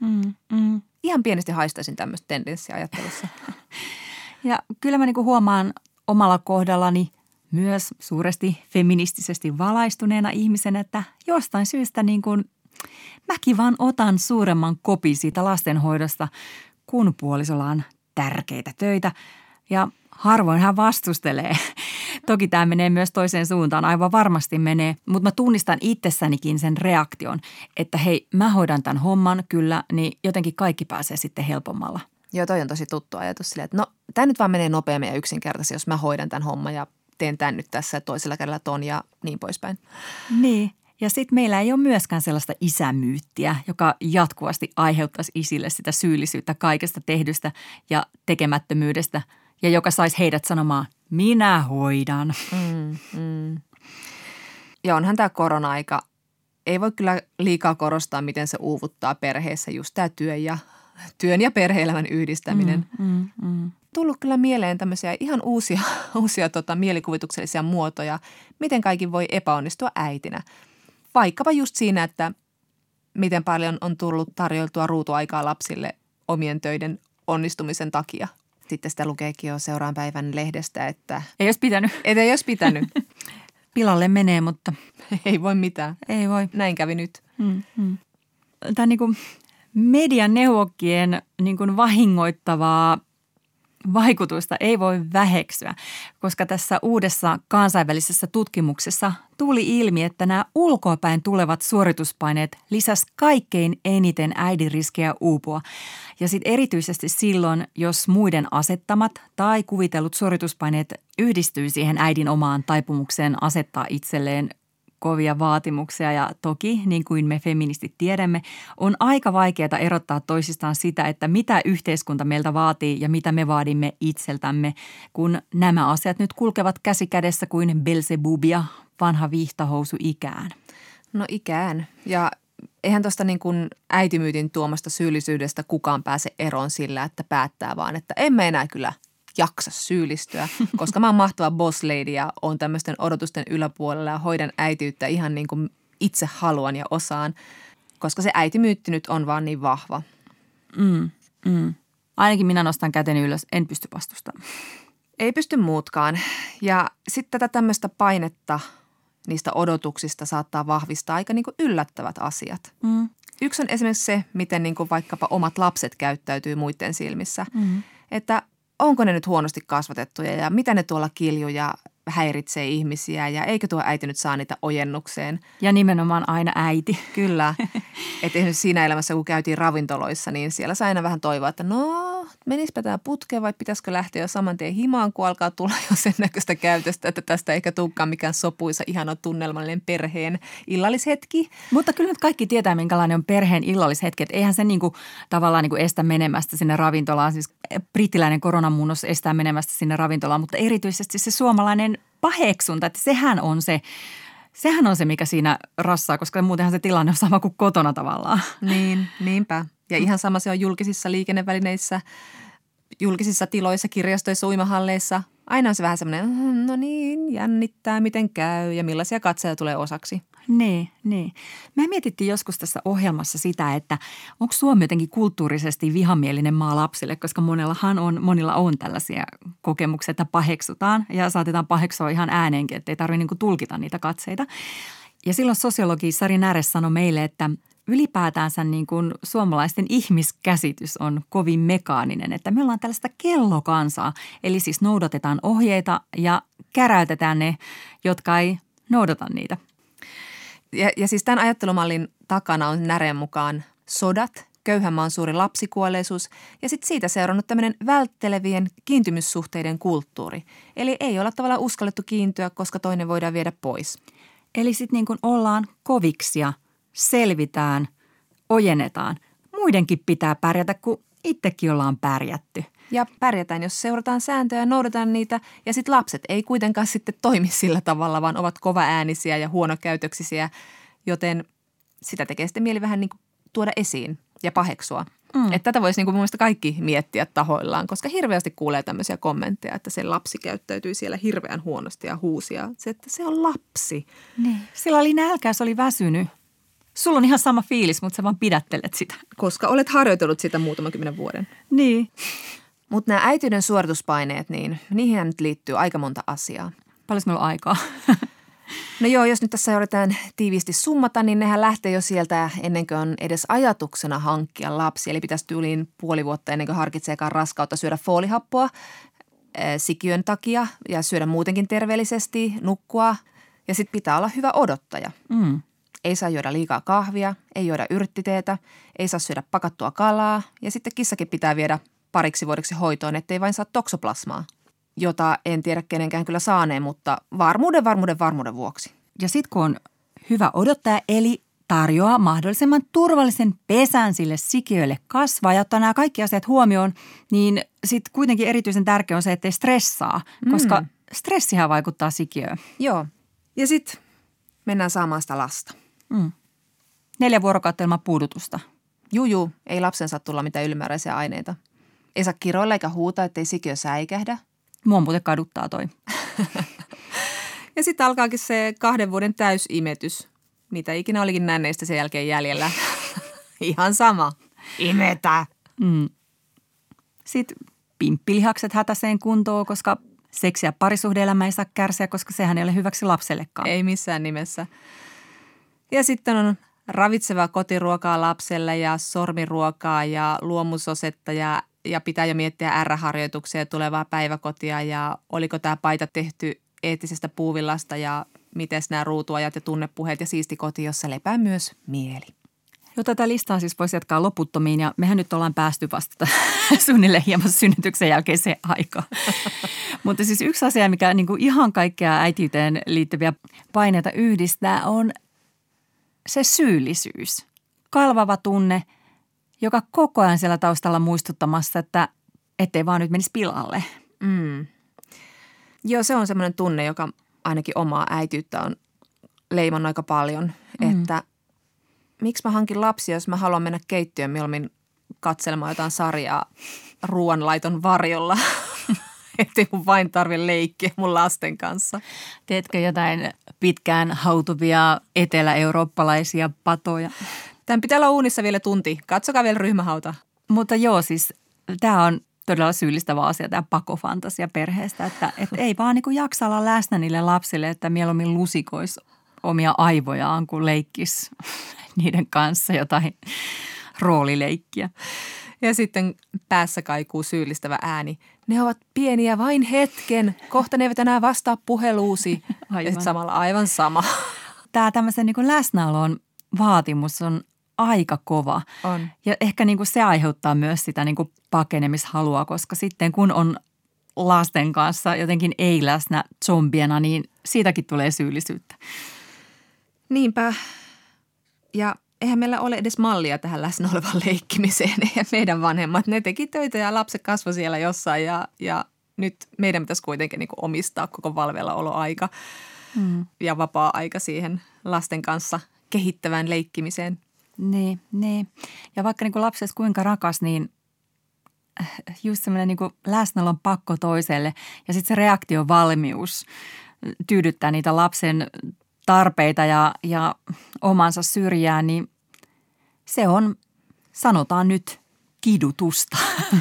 Ihan pienesti haistaisin tämmöistä tendenssiä ajattelussa. Ja kyllä mä niinku huomaan omalla kohdallani myös suuresti feministisesti valaistuneena ihmisen, että jostain syystä niin kuin mäkin vaan otan suuremman kopin siitä lastenhoidosta, kun puolisolla on tärkeitä töitä ja harvoin hän vastustelee. Toki tämä menee myös toiseen suuntaan, aivan varmasti menee, mutta mä tunnistan itsessänikin sen reaktion, että hei, mä hoidan tämän homman kyllä, niin jotenkin kaikki pääsee sitten helpommalla. Joo, toi on tosi tuttu ajatus silleen, että no tämä nyt vaan menee nopeammin ja yksinkertaisesti, jos mä hoidan tämän homman ja teen tämän nyt tässä toisella kädellä ton ja niin poispäin. Niin, ja sitten meillä ei ole myöskään sellaista isämyyttiä, joka jatkuvasti aiheuttaisi isille sitä syyllisyyttä kaikesta tehdystä ja tekemättömyydestä ja joka saisi heidät sanomaan, minä hoidan. Ja onhan tämä korona-aika, ei voi kyllä liikaa korostaa, miten se uuvuttaa perheessä just tämä työn ja perhe-elämän yhdistäminen. Tullut kyllä mieleen tämmöisiä ihan uusia mielikuvituksellisia muotoja, miten kaikki voi epäonnistua äitinä. Vaikkapa just siinä, että miten paljon on tullut tarjoltua ruutuaikaa lapsille omien töiden onnistumisen takia. Sitten sitä lukeekin jo seuraavan päivän lehdestä, että Ei olisi pitänyt. ei olisi pitänyt. Pilalle menee, mutta Ei voi mitään. ei voi. Näin kävi nyt. Tämä niin kuin median neuvokkien niin kuin vahingoittavaa vaikutusta ei voi väheksyä, koska tässä uudessa kansainvälisessä tutkimuksessa tuli ilmi, että nämä ulkoapäin tulevat suorituspaineet lisäs kaikkein eniten äidin riskejä uupua. Ja sitten erityisesti silloin, jos muiden asettamat tai kuvitellut suorituspaineet yhdistyy siihen äidin omaan taipumukseen asettaa itselleen kovia vaatimuksia ja toki, niin kuin me feministit tiedämme, on aika vaikeaa erottaa toisistaan sitä, että mitä yhteiskunta meiltä vaatii ja mitä me vaadimme itseltämme, kun nämä asiat nyt kulkevat käsi kädessä kuin Belzebub ja vanha viihtahousu ikään. No ikään. Ja eihän tuosta niin kuin äitimyytin tuomasta syyllisyydestä kukaan pääse eroon sillä, että päättää vaan, että en mä enää kyllä jaksa syyllistyä, koska mä oon mahtava boss lady ja oon tämmöisten odotusten yläpuolella ja hoidan äitiyttä ihan niin kuin itse haluan ja osaan, koska se äitimyytti nyt on vaan niin vahva. Ainakin minä nostan käteni ylös, en pysty vastustamaan. Ei pysty muutkaan. Ja sitten tätä tämmöistä painetta niistä odotuksista saattaa vahvistaa aika niin kuin yllättävät asiat. Yksi on esimerkiksi se, miten niin kuin vaikkapa omat lapset käyttäytyy muiden silmissä. Että onko ne nyt huonosti kasvatettuja ja mitä ne tuolla kiljuu ja häiritsee ihmisiä ja eikö tuo äiti nyt saa niitä ojennukseen. Ja nimenomaan aina äiti. Kyllä. Että esimerkiksi siinä elämässä, kun käytiin ravintoloissa, niin siellä sai aina vähän toivoa, että no menispä tämä putkeen vai pitäisikö lähteä jo saman tien himaan, kun alkaa tulla jo sen näköistä käytöstä, että tästä eikä tulekaan mikään sopuisa, ihana tunnelmallinen perheen illallishetki. Mutta kyllä nyt kaikki tietää, minkälainen on perheen illallishetki. Että eihän se niinku, tavallaan niinku estä menemästä sinne ravintolaan. Siis brittiläinen koronamuunnos estää menemästä sinne ravintolaan, mutta erityisesti se suomalainen paheksunta, että sehän on se Sehän on se, mikä siinä rassaa, koska muutenhan se tilanne on sama kuin kotona tavallaan. Niin, niinpä. Ja ihan sama se on julkisissa liikennevälineissä, julkisissa tiloissa, kirjastoissa, uimahalleissa. Aina on se vähän semmoinen, no niin, jännittää, miten käy ja millaisia katseja tulee osaksi. Niin. Me mietittiin joskus tässä ohjelmassa sitä, että onko Suomi jotenkin kulttuurisesti vihamielinen maa lapsille, koska monilla on tällaisia kokemuksia, että paheksutaan ja saatetaan paheksua ihan ääneenkin, että ei tarvitse niin kuin tulkita niitä katseita. Ja silloin sosiologi Sari Näres sanoi meille, että ylipäätänsä niin kuin suomalaisten ihmiskäsitys on kovin mekaaninen, että me ollaan tällaista kellokansaa, eli siis noudatetaan ohjeita ja käräytetään ne, jotka ei noudata niitä. Ja siis tämän ajattelumallin takana on Näreen mukaan sodat, köyhän maan suuri lapsikuolleisuus ja sitten siitä seurannut tämmöinen välttelevien kiintymyssuhteiden kulttuuri. Eli ei olla tavallaan uskallettu kiintyä, koska toinen voidaan viedä pois. Eli sitten niin kuin ollaan koviksia, selvitään, ojennetaan. Muidenkin pitää pärjätä, kun itsekin ollaan pärjätty. Ja pärjätään, jos seurataan sääntöjä ja noudataan niitä. Ja sitten lapset ei kuitenkaan sitten toimi sillä tavalla, vaan ovat kovaäänisiä ja huonokäytöksisiä, joten sitä tekee sitten mieli vähän niin kuin tuoda esiin ja paheksua. Että tätä voisi niin kuin mun mielestä kaikki miettiä tahoillaan, koska hirveästi kuulee tämmöisiä kommentteja, että se lapsi käyttäytyy siellä hirveän huonosti ja huusia. Se, että se on lapsi. Niin. Sillä oli nälkää, se oli väsynyt. Sulla on ihan sama fiilis, mutta sä vaan pidättelet sitä. Koska olet harjoitellut sitä muutaman 10 vuoden. Niin. Mutta nämä äityyden suorituspaineet, niin niihin nyt liittyy aika monta asiaa. Paljon meillä on aikaa? No joo, jos nyt tässä yritetään tiiviisti summata, niin nehän lähtee jo sieltä ennen kuin on edes ajatuksena hankkia lapsi. Eli pitäisi tyyliin puoli vuotta ennen kuin harkitseekaan raskautta syödä foolihappoa sikiön takia ja syödä muutenkin terveellisesti, nukkua ja sitten pitää olla hyvä odottaja. Ei saa juoda liikaa kahvia, ei juoda yrttiteetä, ei saa syödä pakattua kalaa ja sitten kissakin pitää viedä pariksi vuodeksi hoitoon, ettei vain saa toksoplasmaa, jota en tiedä kenenkään kyllä saaneen, mutta varmuuden vuoksi. Ja sitten kun on hyvä odottaja, eli tarjoaa mahdollisimman turvallisen pesän sille sikiölle kasvaa ja ottaa nämä kaikki asiat huomioon, niin sitten kuitenkin erityisen tärkeää on se, ettei stressaa, koska stressihän vaikuttaa sikiöön. Joo, ja sitten mennään saamaan sitä lasta. 4 vuorokautta ilman puudutusta. Juu, ei lapsen saa tulla mitään ylimääräisiä aineita. Ei saa kiroilla eikä huuta, ettei sikiö säikähdä. Mua muuten kaduttaa toi. Ja sitten alkaakin se 2 vuoden täysimetys. Mitä ikinä olikin nänneistä sen jälkeen jäljellä. Ihan sama. Imetä. Sitten pimppilihakset hätäseen kuntoon, koska seksi- ja parisuhde-elämä ei saa kärsiä, koska sehän ei ole hyväksi lapsellekaan. Ei missään nimessä. Ja sitten on ravitsevaa kotiruokaa lapselle ja sormiruokaa ja luomusosetta ja pitää jo miettiä R-harjoituksia ja tulevaa päiväkotia ja oliko tämä paita tehty eettisestä puuvillasta ja miten nämä ruutuajat ja tunnepuheet ja siisti koti, jossa lepää myös mieli. Jo tätä listaa siis voisi jatkaa loputtomiin ja mehän nyt ollaan päästy vasta suunnilleen hieman synnytyksen jälkeiseen aikaan. Mutta siis yksi asia, mikä niin kuin ihan kaikkea äitiyteen liittyviä paineita yhdistää, on se syyllisyys. Kalvava tunne, joka koko ajan siellä taustalla muistuttamassa, että ettei vaan nyt menisi pilalle. Joo, se on semmoinen tunne, joka ainakin omaa äitiyttä on leimannut aika paljon, että miksi mä hankin lapsia, jos mä haluan mennä keittiöön mieluummin katselemaan jotain sarjaa ruoanlaiton varjolla, ettei mun vain tarvitse leikkiä mun lasten kanssa. Teetkö jotain pitkään hautuvia etelä-eurooppalaisia patoja? Tämän pitää olla uunissa vielä tunti. Katsokaa vielä ryhmähauta. Mutta joo, siis tämä on todella syyllistävä asia, tämä pakofantasia perheestä, että ei vaan niin kuin jaksa olla läsnä niille lapsille, että mieluummin lusikoisi omia aivojaan, kun leikkisi niiden kanssa jotain roolileikkiä. Ja sitten päässä kaikuu syyllistävä ääni. Ne ovat pieniä vain hetken. Kohta ne eivät enää vastaa puheluusi. Ja sitten samalla aivan sama. Tämä tämmöisen niin kuin läsnäolon vaatimus on aika kova. On. Ja ehkä niin kuin se aiheuttaa myös sitä niin kuin pakenemishalua, koska sitten kun on lasten kanssa jotenkin ei läsnä zombiena, niin siitäkin tulee syyllisyyttä. Niinpä. Ja eihän meillä ole edes mallia tähän läsnä olevaan leikkimiseen. Eihän meidän vanhemmat, ne teki töitä ja lapset kasvoi siellä jossain ja nyt meidän pitäisi kuitenkin niin kuin omistaa koko valveilla oloaika. ja vapaa-aika siihen lasten kanssa kehittävään leikkimiseen. Niin. Ja vaikka niin kuin lapsesi kuinka rakas, niin just semmoinen niin kuin läsnäolon pakko toiselle ja sitten se reaktiovalmius tyydyttää niitä lapsen tarpeita ja omansa syrjää, niin se on, sanotaan nyt, kidutusta.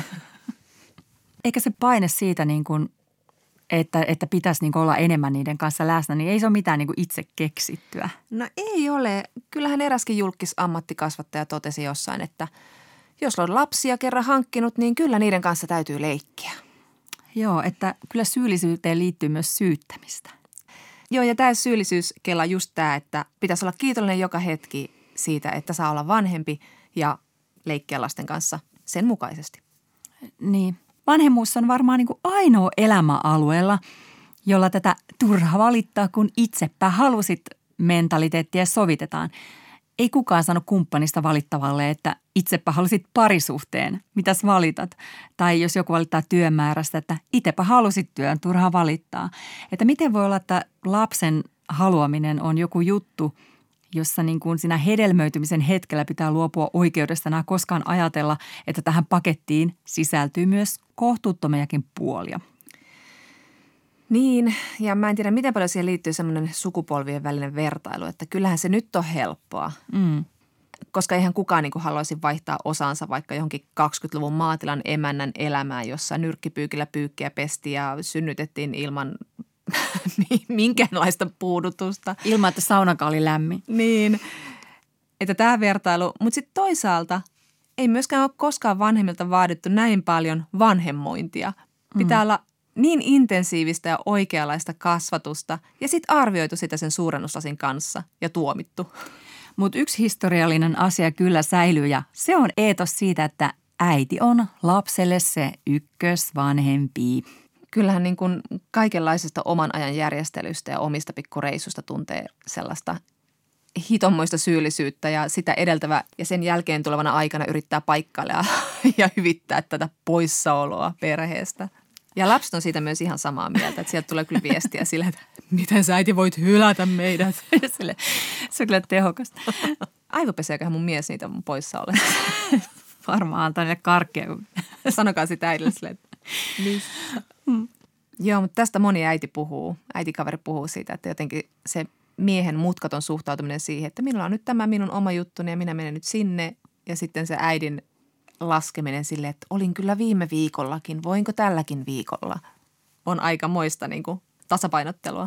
Eikä se paine siitä, niin kuin, että pitäisi niin kuin olla enemmän niiden kanssa läsnä, niin ei se ole mitään niin kuin itse keksittyä. No ei ole. Kyllähän eräskin julkis ammattikasvattaja totesi jossain, että jos on lapsia kerran hankkinut, niin kyllä niiden kanssa täytyy leikkiä. Joo, että kyllä syyllisyyteen liittyy myös syyttämistä. Joo, ja tämä syyllisyyskela just tämä, että pitäisi olla kiitollinen joka hetki siitä, että saa olla vanhempi ja leikkiä lasten kanssa sen mukaisesti. Niin. Vanhemmuus on varmaan niin kuin ainoa elämäalueella, jolla tätä turha valittaa, kun itsepä halusit mentaliteettia sovitetaan. Ei kukaan sano kumppanista valittavalle, että itsepä halusit parisuhteen, mitäs valitat? Tai jos joku valittaa työmäärästä, että itsepä halusit työn, turha valittaa. Että miten voi olla, että lapsen haluaminen on joku juttu, jossa niin kuin siinä hedelmöitymisen hetkellä pitää luopua oikeudesta enää koskaan ajatella, että tähän pakettiin sisältyy myös kohtuuttomiakin puolia. Niin, ja mä en tiedä, miten paljon siihen liittyy semmoinen sukupolvien välinen vertailu, että kyllähän se nyt on helppoa. Koska eihän kukaan niin kuin haluaisi vaihtaa osansa vaikka johonkin 20-luvun maatilan emännän elämään, jossa nyrkkipyykillä pyykkiä pestiin ja synnytettiin ilman minkäänlaista puudutusta. Ilman, että saunakaan oli lämmin. Niin, että tämä vertailu. Mutta sitten toisaalta ei myöskään ole koskaan vanhemmilta vaadittu näin paljon vanhemmointia. Pitää olla niin intensiivistä ja oikeanlaista kasvatusta ja sitten arvioitu sitä sen suurennuslasin kanssa ja tuomittu. Mutta yksi historiallinen asia kyllä säilyy ja se on eetos siitä, että äiti on lapselle se ykkösvanhempi. Kyllähän niin kuin kaikenlaisesta oman ajan järjestelystä ja omista pikkureissusta tuntee sellaista hitommoista syyllisyyttä ja sitä edeltävä ja sen jälkeen tulevana aikana yrittää paikkailla ja hyvittää tätä poissaoloa perheestä. Ja lapset on siitä myös ihan samaa mieltä, että sieltä tulee kyllä viestiä sillä, että miten sä äiti voit hylätä meidät. Se on kyllä tehokasta. Aivopeseeköhän mun mies niitä mun poissaoloja? Varmaan antaa niille karkkia. Sanokaa sitä äidille silleen, että missä? Joo, mutta tästä moni äitikaveri puhuu siitä, että jotenkin se miehen mutkaton suhtautuminen siihen, että minulla on nyt tämä minun oma juttuni ja minä menen nyt sinne. Ja sitten se äidin laskeminen silleen, että olin kyllä viime viikollakin, voinko tälläkin viikolla, on aikamoista niin kuin tasapainottelua.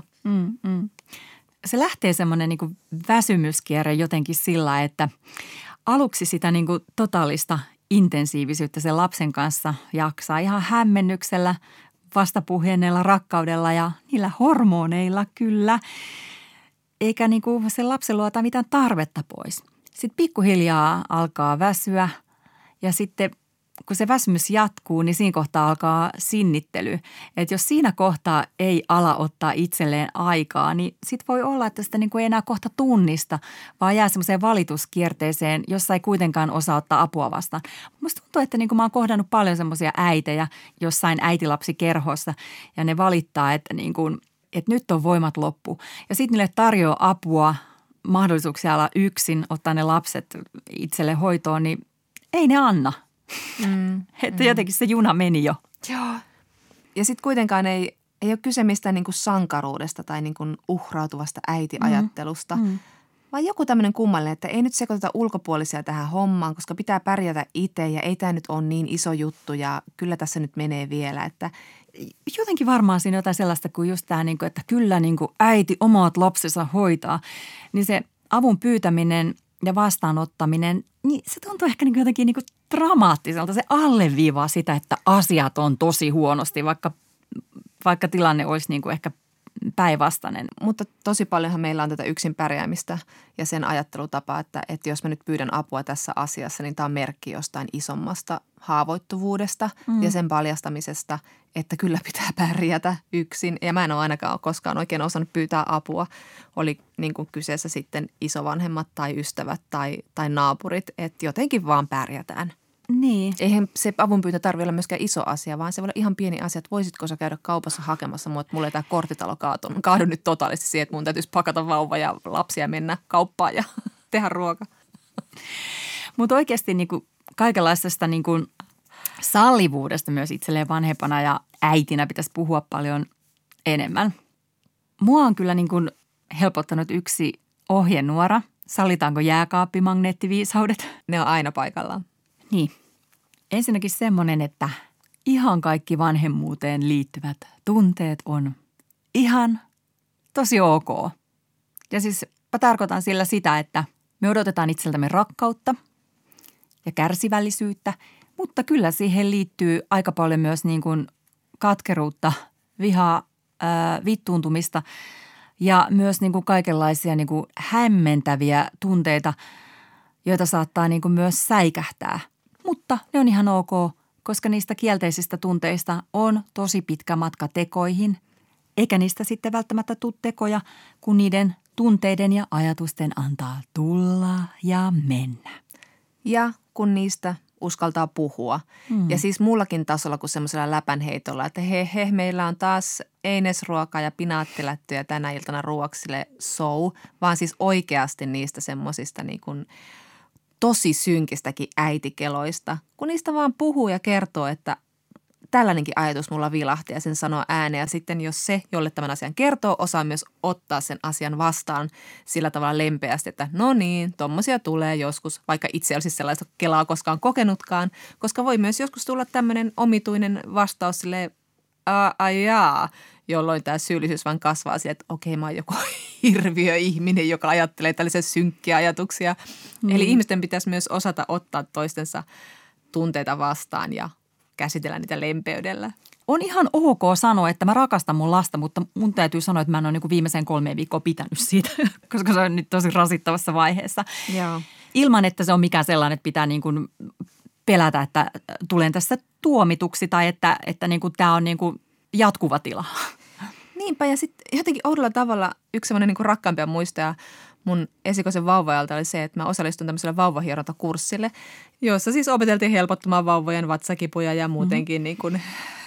Se lähtee semmoinen niin kuin väsymyskierre jotenkin sillä, että aluksi sitä niin kuin totaalista intensiivisyyttä sen lapsen kanssa jaksaa ihan hämmennyksellä, vastapuheenneella rakkaudella ja niillä hormoneilla kyllä, eikä niin kuin sen lapsen luota mitään tarvetta pois. Sitten pikkuhiljaa alkaa väsyä ja sitten kun se väsymys jatkuu, niin siinä kohtaa alkaa sinnittely. Että jos siinä kohtaa ei ala ottaa itselleen aikaa, niin sit voi olla, että sitä niin kuin ei enää kohta tunnista, vaan jää semmoiseen valituskierteeseen, jossa ei kuitenkaan osaa ottaa apua vastaan. Musta tuntuu, että niin kuin mä oon kohdannut paljon semmoisia äitejä jossain äitilapsikerhossa ja ne valittaa, että, niin kuin, että nyt on voimat loppu. Ja sitten niille tarjoaa apua, mahdollisuuksia olla yksin, ottaa ne lapset itselle hoitoon, niin ei ne anna. Että jotenkin se juna meni jo. Joo. Ja sitten kuitenkaan ei ole kyse mistään niinku sankaruudesta tai niinku uhrautuvasta äitiajattelusta, vaan joku tämmöinen kummallinen, että ei nyt sekoiteta ulkopuolisia tähän hommaan, koska pitää pärjätä itse ja ei tämä nyt ole niin iso juttu ja kyllä tässä nyt menee vielä. Että jotenkin varmaan siinä jotain sellaista kuin just tämä, että kyllä äiti omat lapsensa hoitaa, niin se avun pyytäminen ja vastaanottaminen, niin se tuntuu ehkä jotenkin dramaattiselta. Se alleviivaa sitä, että asiat on tosi huonosti, vaikka tilanne olisi ehkä päinvastainen. Mutta tosi paljonhan meillä on tätä yksin pärjäämistä ja sen ajattelutapaa, että jos mä nyt pyydän apua tässä asiassa, niin tämä on merkki jostain isommasta haavoittuvuudesta ja sen paljastamisesta, että kyllä pitää pärjätä yksin. Ja mä en ole ainakaan koskaan oikein osannut pyytää apua. Oli niin kuin kyseessä sitten isovanhemmat tai ystävät tai naapurit, että jotenkin vaan pärjätään. Niin. Eihän se avunpyyntö tarvitse olla myöskään iso asia, vaan se voi olla ihan pieni asia, että voisitko sä käydä kaupassa hakemassa mua, että mulla ei tämä korttitalo kaadu nyt totaalisesti siihen, että mun täytyisi pakata vauva ja lapsia mennä kauppaan ja tehdä ruoka. Mutta oikeasti niinku kaikenlaisesta niinku sallivuudesta myös itselleen vanhempana ja äitinä pitäisi puhua paljon enemmän. Mua on kyllä niinku helpottanut yksi ohjenuora. Sallitaanko jääkaappimagneettiviisaudet? Ne on aina paikallaan. Niin. Ensinnäkin semmoinen, että ihan kaikki vanhemmuuteen liittyvät tunteet on ihan tosi ok. Ja siis mä tarkoitan sillä sitä, että me odotetaan itseltämme rakkautta ja kärsivällisyyttä, mutta kyllä siihen liittyy aika paljon myös niin kuin katkeruutta, vihaa, vittuuntumista ja myös niin kuin kaikenlaisia niin kuin hämmentäviä tunteita, joita saattaa niin kuin myös säikähtää. Mutta ne on ihan ok, koska niistä kielteisistä tunteista on tosi pitkä matka tekoihin, eikä niistä sitten välttämättä tule tekoja, kun niiden tunteiden ja ajatusten antaa tulla ja mennä. Ja kun niistä uskaltaa puhua. Ja siis mullakin tasolla kuin semmoisella läpänheitolla, että meillä on taas einesruokaa ja pinaattilättyjä tänä iltana ruoaksille vaan siis oikeasti niistä semmoisista niin kuin tosi synkistäkin äitikeloista, kun niistä vaan puhuu ja kertoo, että tällainenkin ajatus mulla vilahti ja sen sanoo ääneen. Ja sitten jos se, jolle tämän asian kertoo, osaa myös ottaa sen asian vastaan sillä tavalla lempeästi, että no niin, tommosia tulee joskus, vaikka itse olisi sellaista kelaa koskaan kokenutkaan, koska voi myös joskus tulla tämmöinen omituinen vastaus silleen, jaa, jolloin tämä syyllisyys vaan kasvaa siihen, että okei, mä oon joku hirviöihminen, joka ajattelee tällaisia synkkiä ajatuksia. Eli ihmisten pitäisi myös osata ottaa toistensa tunteita vastaan ja käsitellä niitä lempeydellä. On ihan ok sanoa, että mä rakastan mun lasta, mutta mun täytyy sanoa, että mä en ole niin viimeisen 3 viikkoa pitänyt siitä, koska se on nyt tosi rasittavassa vaiheessa. Joo. Ilman, että se on mikään sellainen, että pitää niin kuin pelätä, että tulen tässä tuomituksi tai että niin kuin tämä on niin kuin jatkuva tila. Niinpä, ja sitten jotenkin oudolla tavalla yksi semmoinen niin kuin rakkaimpia muistoja mun esikoisen vauva-ajalta oli se, että mä osallistun tämmöiselle vauvahierontakurssille, jossa siis opeteltiin helpottamaan vauvojen vatsakipuja ja muutenkin niin kuin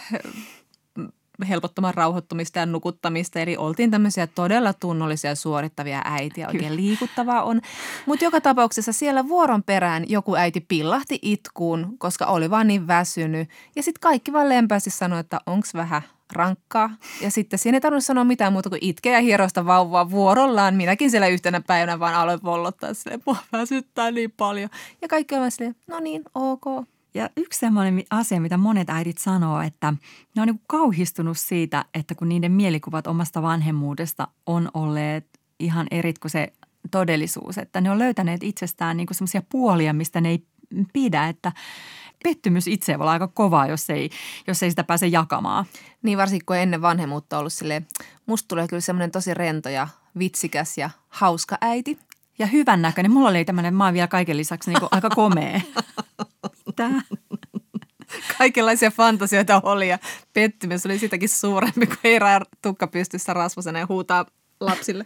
helpottamaan rauhoittumista ja nukuttamista. Eli oltiin tämmöisiä todella tunnollisia suorittavia äitiä, oikein liikuttavaa on. Mutta joka tapauksessa siellä vuoron perään joku äiti pillahti itkuun, koska oli vaan niin väsynyt. Ja sitten kaikki vaan lempeästi sanoi, että onks vähän rankkaa. Ja sitten siinä ei tarvinnut sanoa mitään muuta kuin itkeä ja hierosta vauvaa vuorollaan. Minäkin siellä yhtenä päivänä vaan aloin vollottaa silleen, mua väsyttää niin paljon. Ja kaikki on silleen, no niin, ok. Ja yksi sellainen asia, mitä monet äidit sanoo, että ne on niin kuin kauhistunut siitä, että kun niiden mielikuvat omasta vanhemmuudesta on olleet ihan eri kuin se todellisuus. Että ne on löytäneet itsestään niin kuin sellaisia puolia, mistä ne ei pidä, että pettymys itse voi olla aika kovaa, jos ei sitä pääse jakamaan. Niin varsinkin kun ennen vanhemmuutta ollut silleen, musta tulee kyllä semmoinen tosi rento ja vitsikäs ja hauska äiti. Ja hyvän näköinen. Mulla oli tämmöinen, mä oon vielä kaiken lisäksi niin kuin aika komea. Mitä? Kaikenlaisia fantasioita oli ja pettymys oli sitäkin suurempi, kun herää tukka pystyssä rasvasena ja huutaa lapsille.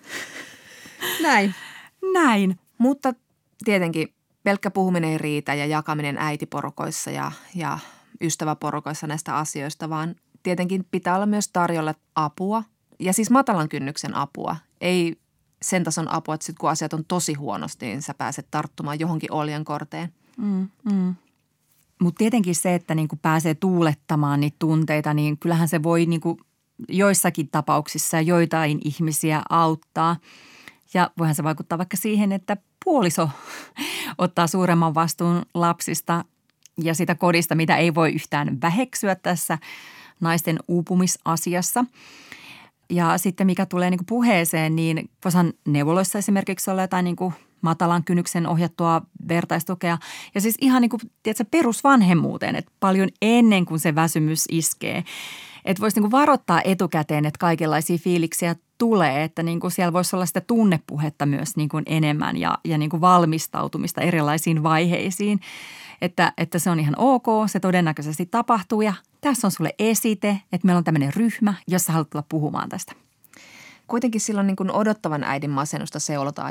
Näin. Mutta tietenkin pelkkä puhuminen ei riitä ja jakaminen äitiporukoissa ja ystäväporukoissa näistä asioista, vaan tietenkin pitää olla myös tarjolla apua ja siis matalan kynnyksen apua. Ei sen tason apua, että sit kun asiat on tosi huonosti, niin sä pääset tarttumaan johonkin oljenkorteen. Mutta tietenkin se, että niinku pääsee tuulettamaan niitä tunteita, niin kyllähän se voi niinku joissakin tapauksissa joitain ihmisiä auttaa. Ja voihan se vaikuttaa vaikka siihen, että puoliso ottaa suuremman vastuun lapsista ja sitä kodista, mitä ei voi yhtään väheksyä tässä naisten uupumisasiassa. Ja sitten mikä tulee niinku puheeseen, niin voisihan neuvoloissa esimerkiksi olla jotain niinku matalan kynnyksen ohjattua vertaistukea. Ja siis ihan niinku, tiedätkö, perusvanhemmuuteen, että paljon ennen kuin se väsymys iskee. Että voisi niinku varoittaa etukäteen, että kaikenlaisia fiiliksiä tulee, että niinku siellä voisi olla sitä tunnepuhetta myös niinku enemmän ja niinku valmistautumista erilaisiin vaiheisiin. Että se on ihan ok, se todennäköisesti tapahtuu ja tässä on sulle esite, että meillä on tämmöinen ryhmä, jossa haluat tulla puhumaan tästä. Kuitenkin silloin niin kuin odottavan äidin masennusta seulota aika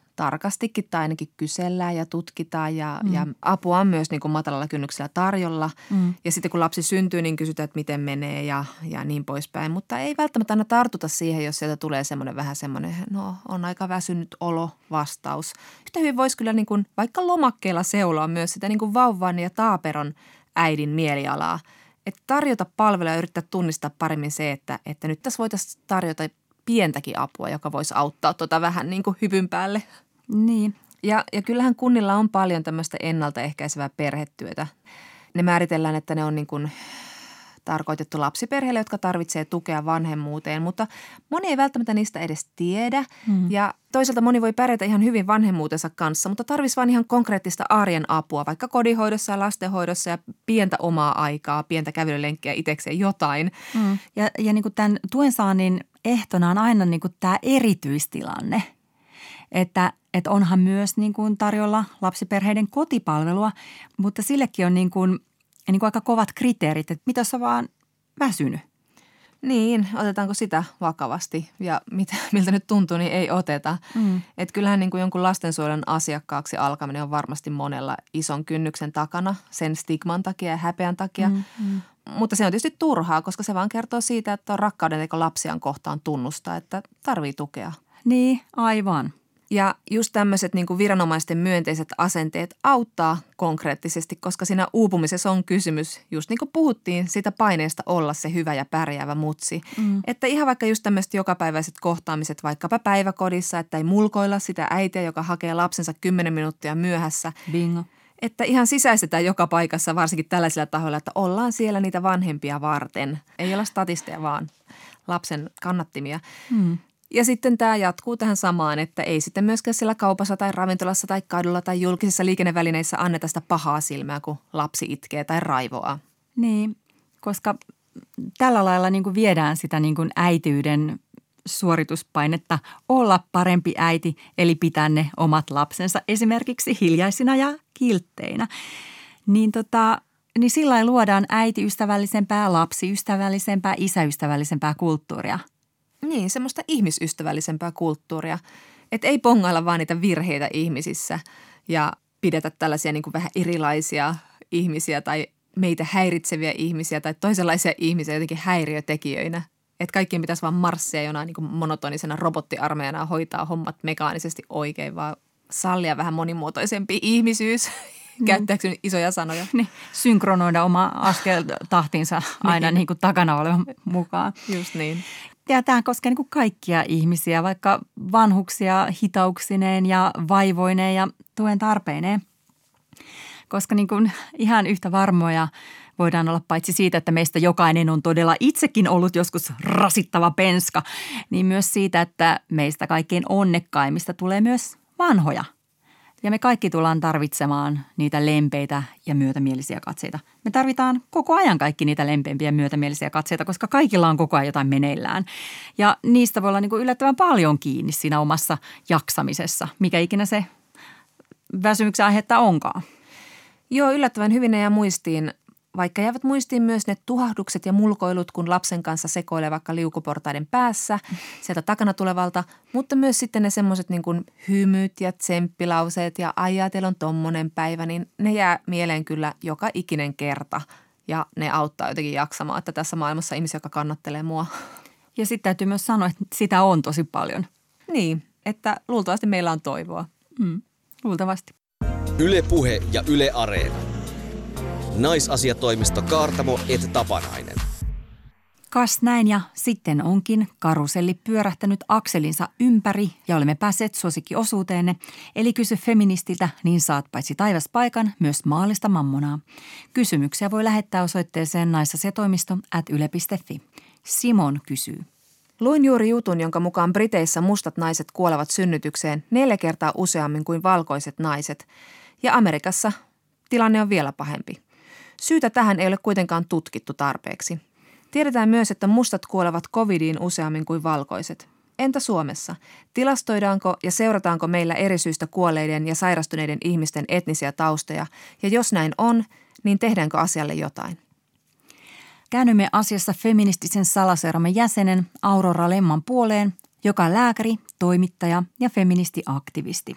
tarkastikin tai ainakin kysellään ja tutkitaan ja apua on myös niin kuin matalalla kynnyksellä tarjolla. Ja sitten kun lapsi syntyy, niin kysytään, että miten menee ja niin poispäin. Mutta ei välttämättä aina tartuta siihen, jos sieltä tulee vähän semmoinen, no on aika väsynyt olo vastaus. Yhtä hyvin voisi kyllä niin kuin vaikka lomakkeella seuloa myös sitä niin kuin vauvan ja taaperon äidin mielialaa. Että tarjota palveluja ja yrittää tunnistaa paremmin se, että nyt tässä voitaisiin tarjota pientäkin apua, joka voisi auttaa vähän niin kuin hypyn päälle. Niin. Ja kyllähän kunnilla on paljon tämmöistä ennaltaehkäisevää perhetyötä. Ne määritellään, että ne on niin kuin tarkoitettu lapsiperheille, jotka tarvitsee tukea vanhemmuuteen, mutta moni ei välttämättä niistä edes tiedä. Ja toisaalta moni voi pärjätä ihan hyvin vanhemmuutensa kanssa, mutta tarvitsisi vaan ihan konkreettista arjen apua, vaikka kodinhoidossa ja lastenhoidossa ja pientä omaa aikaa, pientä kävelylenkkiä itsekseen jotain. Ja niin kuin tämän tuen saannin ehtona on aina niin kuin tämä erityistilanne, että onhan myös niin kuin tarjolla lapsiperheiden kotipalvelua, mutta sillekin on niin kuin aika kovat kriteerit, että mitä sä vaan väsynyt. Niin, otetaanko sitä vakavasti ja miltä nyt tuntuu, niin ei oteta. Että kyllähän niin kuin jonkun lastensuojelun asiakkaaksi alkaminen on varmasti monella ison kynnyksen takana sen stigman takia ja häpeän takia. Mutta se on tietysti turhaa, koska se vaan kertoo siitä, että on rakkaudenteko lapsiaan kohtaan tunnustaa, että tarvii tukea. Niin, aivan. Ja just tämmöiset niin kuin viranomaisten myönteiset asenteet auttaa konkreettisesti, koska siinä uupumisessa on kysymys, just niin kuin puhuttiin, siitä paineesta olla se hyvä ja pärjäävä mutsi. Että ihan vaikka just tämmöiset jokapäiväiset kohtaamiset vaikkapa päiväkodissa, että ei mulkoilla sitä äitiä, joka hakee lapsensa 10 minuuttia myöhässä. Bingo. Että ihan sisäistetään joka paikassa, varsinkin tällaisilla tahoilla, että ollaan siellä niitä vanhempia varten. Ei olla statisteja, vaan lapsen kannattimia. Ja sitten tämä jatkuu tähän samaan, että ei sitten myöskään siellä kaupassa tai ravintolassa tai kadulla tai julkisissa liikennevälineissä anneta sitä pahaa silmää, kun lapsi itkee tai raivoaa. Niin, koska tällä lailla niin kuin viedään sitä niin kuin äitiyden suorituspainetta olla parempi äiti, eli pitää ne omat lapsensa esimerkiksi hiljaisina ja kiltteinä. Niin sillä lailla luodaan äitiystävällisempää, lapsiystävällisempää, isäystävällisempää kulttuuria. Niin, semmoista ihmisystävällisempää kulttuuria. Että ei pongailla vaan niitä virheitä ihmisissä ja pidetä tällaisia niin kuin vähän erilaisia ihmisiä tai meitä häiritseviä ihmisiä tai toisenlaisia ihmisiä jotenkin häiriötekijöinä. Että kaikkien pitäisi vaan marssia jonain niin kuin monotonisena robottiarmeijana ja hoitaa hommat mekaanisesti oikein, vaan sallia vähän monimuotoisempi ihmisyys. Käyttääkseni isoja sanoja. Niin, synkronoida oma askeltahtinsa aina niin kuin takana olevan mukaan. Just niin. Ja tämä koskee niin kuin kaikkia ihmisiä, vaikka vanhuksia hitauksineen ja vaivoineen ja tuen tarpeineen. Koska niin kuin ihan yhtä varmoja voidaan olla paitsi siitä, että meistä jokainen on todella itsekin ollut joskus rasittava penska, niin myös siitä, että meistä kaikkein onnekkaimmista tulee myös vanhoja. Ja me kaikki tullaan tarvitsemaan niitä lempeitä ja myötämielisiä katseita. Me tarvitaan koko ajan kaikki niitä lempeimpiä ja myötämielisiä katseita, koska kaikilla on koko ajan jotain meneillään. Ja niistä voi olla niin kuin yllättävän paljon kiinni siinä omassa jaksamisessa, mikä ikinä se väsymyksen aihetta onkaan. Joo, yllättävän hyvin ne jää muistiin, vaikka jäävät muistiin myös ne tuhahdukset ja mulkoilut, kun lapsen kanssa sekoilee vaikka liukuportaiden päässä sieltä takana tulevalta, mutta myös sitten ne semmoiset niin kuin hymyt ja tsemppilauseet ja ajatella on tommonen päivä, niin ne jää mieleen kyllä joka ikinen kerta ja ne auttaa jotenkin jaksamaan, että tässä maailmassa ihmisiä, joka kannattelee mua. Ja sitten täytyy myös sanoa, että sitä on tosi paljon. Niin, että luultavasti meillä on toivoa. Luultavasti. Yle Puhe ja Yle Areena. Naisasiatoimisto Kaartamo et Tapanainen. Kas näin ja sitten onkin karuselli pyörähtänyt akselinsa ympäri ja olemme päässeet suosikkiosuuteenne. Eli kysy feministiltä, niin saat paitsi taivaspaikan myös maallista mammonaa. Kysymyksiä voi lähettää osoitteeseen naisasiatoimisto@yle.fi. Simon kysyy. Luin juuri jutun, jonka mukaan Briteissä mustat naiset kuolevat synnytykseen 4 kertaa useammin kuin valkoiset naiset. Ja Amerikassa tilanne on vielä pahempi. Syytä tähän ei ole kuitenkaan tutkittu tarpeeksi. Tiedetään myös, että mustat kuolevat covidiin useammin kuin valkoiset. Entä Suomessa? Tilastoidaanko ja seurataanko meillä eri syistä kuolleiden ja sairastuneiden ihmisten etnisiä taustoja? Ja jos näin on, niin tehdäänkö asialle jotain? Käännymme asiassa feministisen salaseuramme jäsenen Aurora Lemman puoleen. joka on lääkäri, toimittaja ja feministiaktivisti.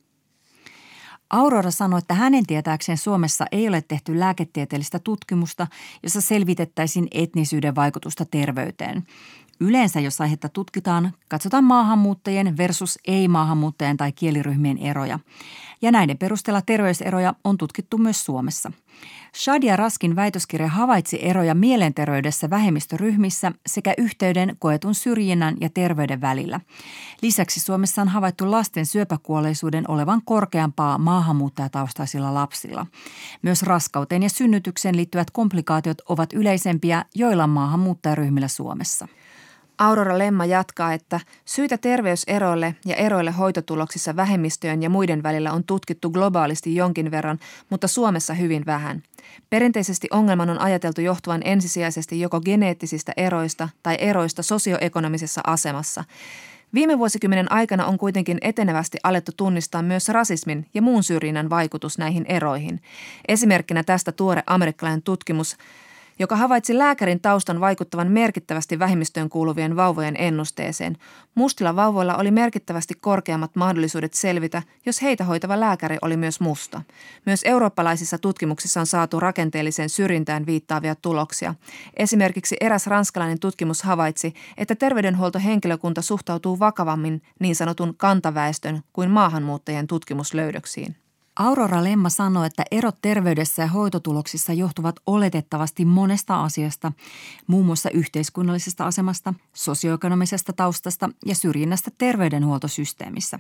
Aurora sanoi, että hänen tietääkseen Suomessa ei ole tehty lääketieteellistä tutkimusta, jossa selvitettäisiin etnisyyden vaikutusta terveyteen. Yleensä, jos aihetta tutkitaan, katsotaan maahanmuuttajien versus ei-maahanmuuttajien tai kieliryhmien eroja. Ja näiden perusteella terveyseroja on tutkittu myös Suomessa. Shadia Raskin väitöskirja havaitsi eroja mielenterveydessä vähemmistöryhmissä sekä yhteyden koetun syrjinnän ja terveyden välillä. Lisäksi Suomessa on havaittu lasten syöpäkuolleisuuden olevan korkeampaa maahanmuuttajataustaisilla lapsilla. Myös raskauteen ja synnytykseen liittyvät komplikaatiot ovat yleisempiä joillain maahanmuuttajaryhmillä Suomessa. Aurora Lemma jatkaa, että syitä terveyseroille ja eroille hoitotuloksissa vähemmistöjen ja muiden välillä on tutkittu globaalisti jonkin verran, mutta Suomessa hyvin vähän. Perinteisesti ongelman on ajateltu johtuvan ensisijaisesti joko geneettisistä eroista tai eroista sosioekonomisessa asemassa. Viime vuosikymmenen aikana on kuitenkin etenevästi alettu tunnistaa myös rasismin ja muun syrjinnän vaikutus näihin eroihin. Esimerkkinä tästä tuore amerikkalainen tutkimus, joka havaitsi lääkärin taustan vaikuttavan merkittävästi vähemmistöön kuuluvien vauvojen ennusteeseen. Mustilla vauvoilla oli merkittävästi korkeammat mahdollisuudet selvitä, jos heitä hoitava lääkäri oli myös musta. Myös eurooppalaisissa tutkimuksissa on saatu rakenteelliseen syrjintään viittaavia tuloksia. Esimerkiksi eräs ranskalainen tutkimus havaitsi, että terveydenhuoltohenkilökunta suhtautuu vakavammin niin sanotun kantaväestön kuin maahanmuuttajien tutkimuslöydöksiin. Aurora Lemma sanoi, että erot terveydessä ja hoitotuloksissa johtuvat oletettavasti monesta asiasta, muun muassa yhteiskunnallisesta asemasta, sosioekonomisesta taustasta ja syrjinnästä terveydenhuoltosysteemissä.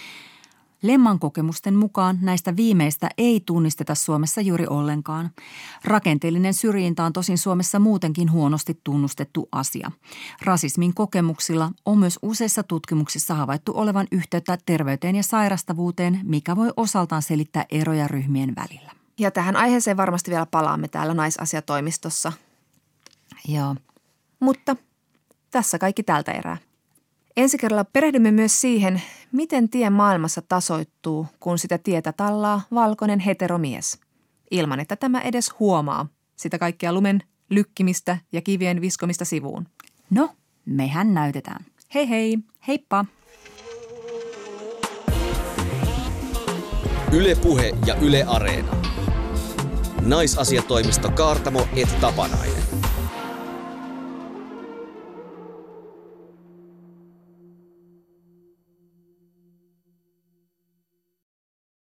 Lemman kokemusten mukaan näistä viimeistä ei tunnisteta Suomessa juuri ollenkaan. Rakenteellinen syrjintä on tosin Suomessa muutenkin huonosti tunnustettu asia. Rasismin kokemuksilla on myös useissa tutkimuksissa havaittu olevan yhteyttä terveyteen ja sairastavuuteen, mikä voi osaltaan selittää eroja ryhmien välillä. Ja tähän aiheeseen varmasti vielä palaamme täällä naisasiatoimistossa. Joo. Mutta tässä kaikki tältä erää. Ensi kerralla perehdymme myös siihen, miten tie maailmassa tasoittuu, kun sitä tietä tallaa valkoinen heteromies. Ilman, että tämä edes huomaa sitä kaikkea lumen lykkimistä ja kivien viskomista sivuun. No, mehän näytetään. Hei hei! Heippa! Yle Puhe ja Yle Areena. Naisasiatoimisto Kaartamo et Tapanainen.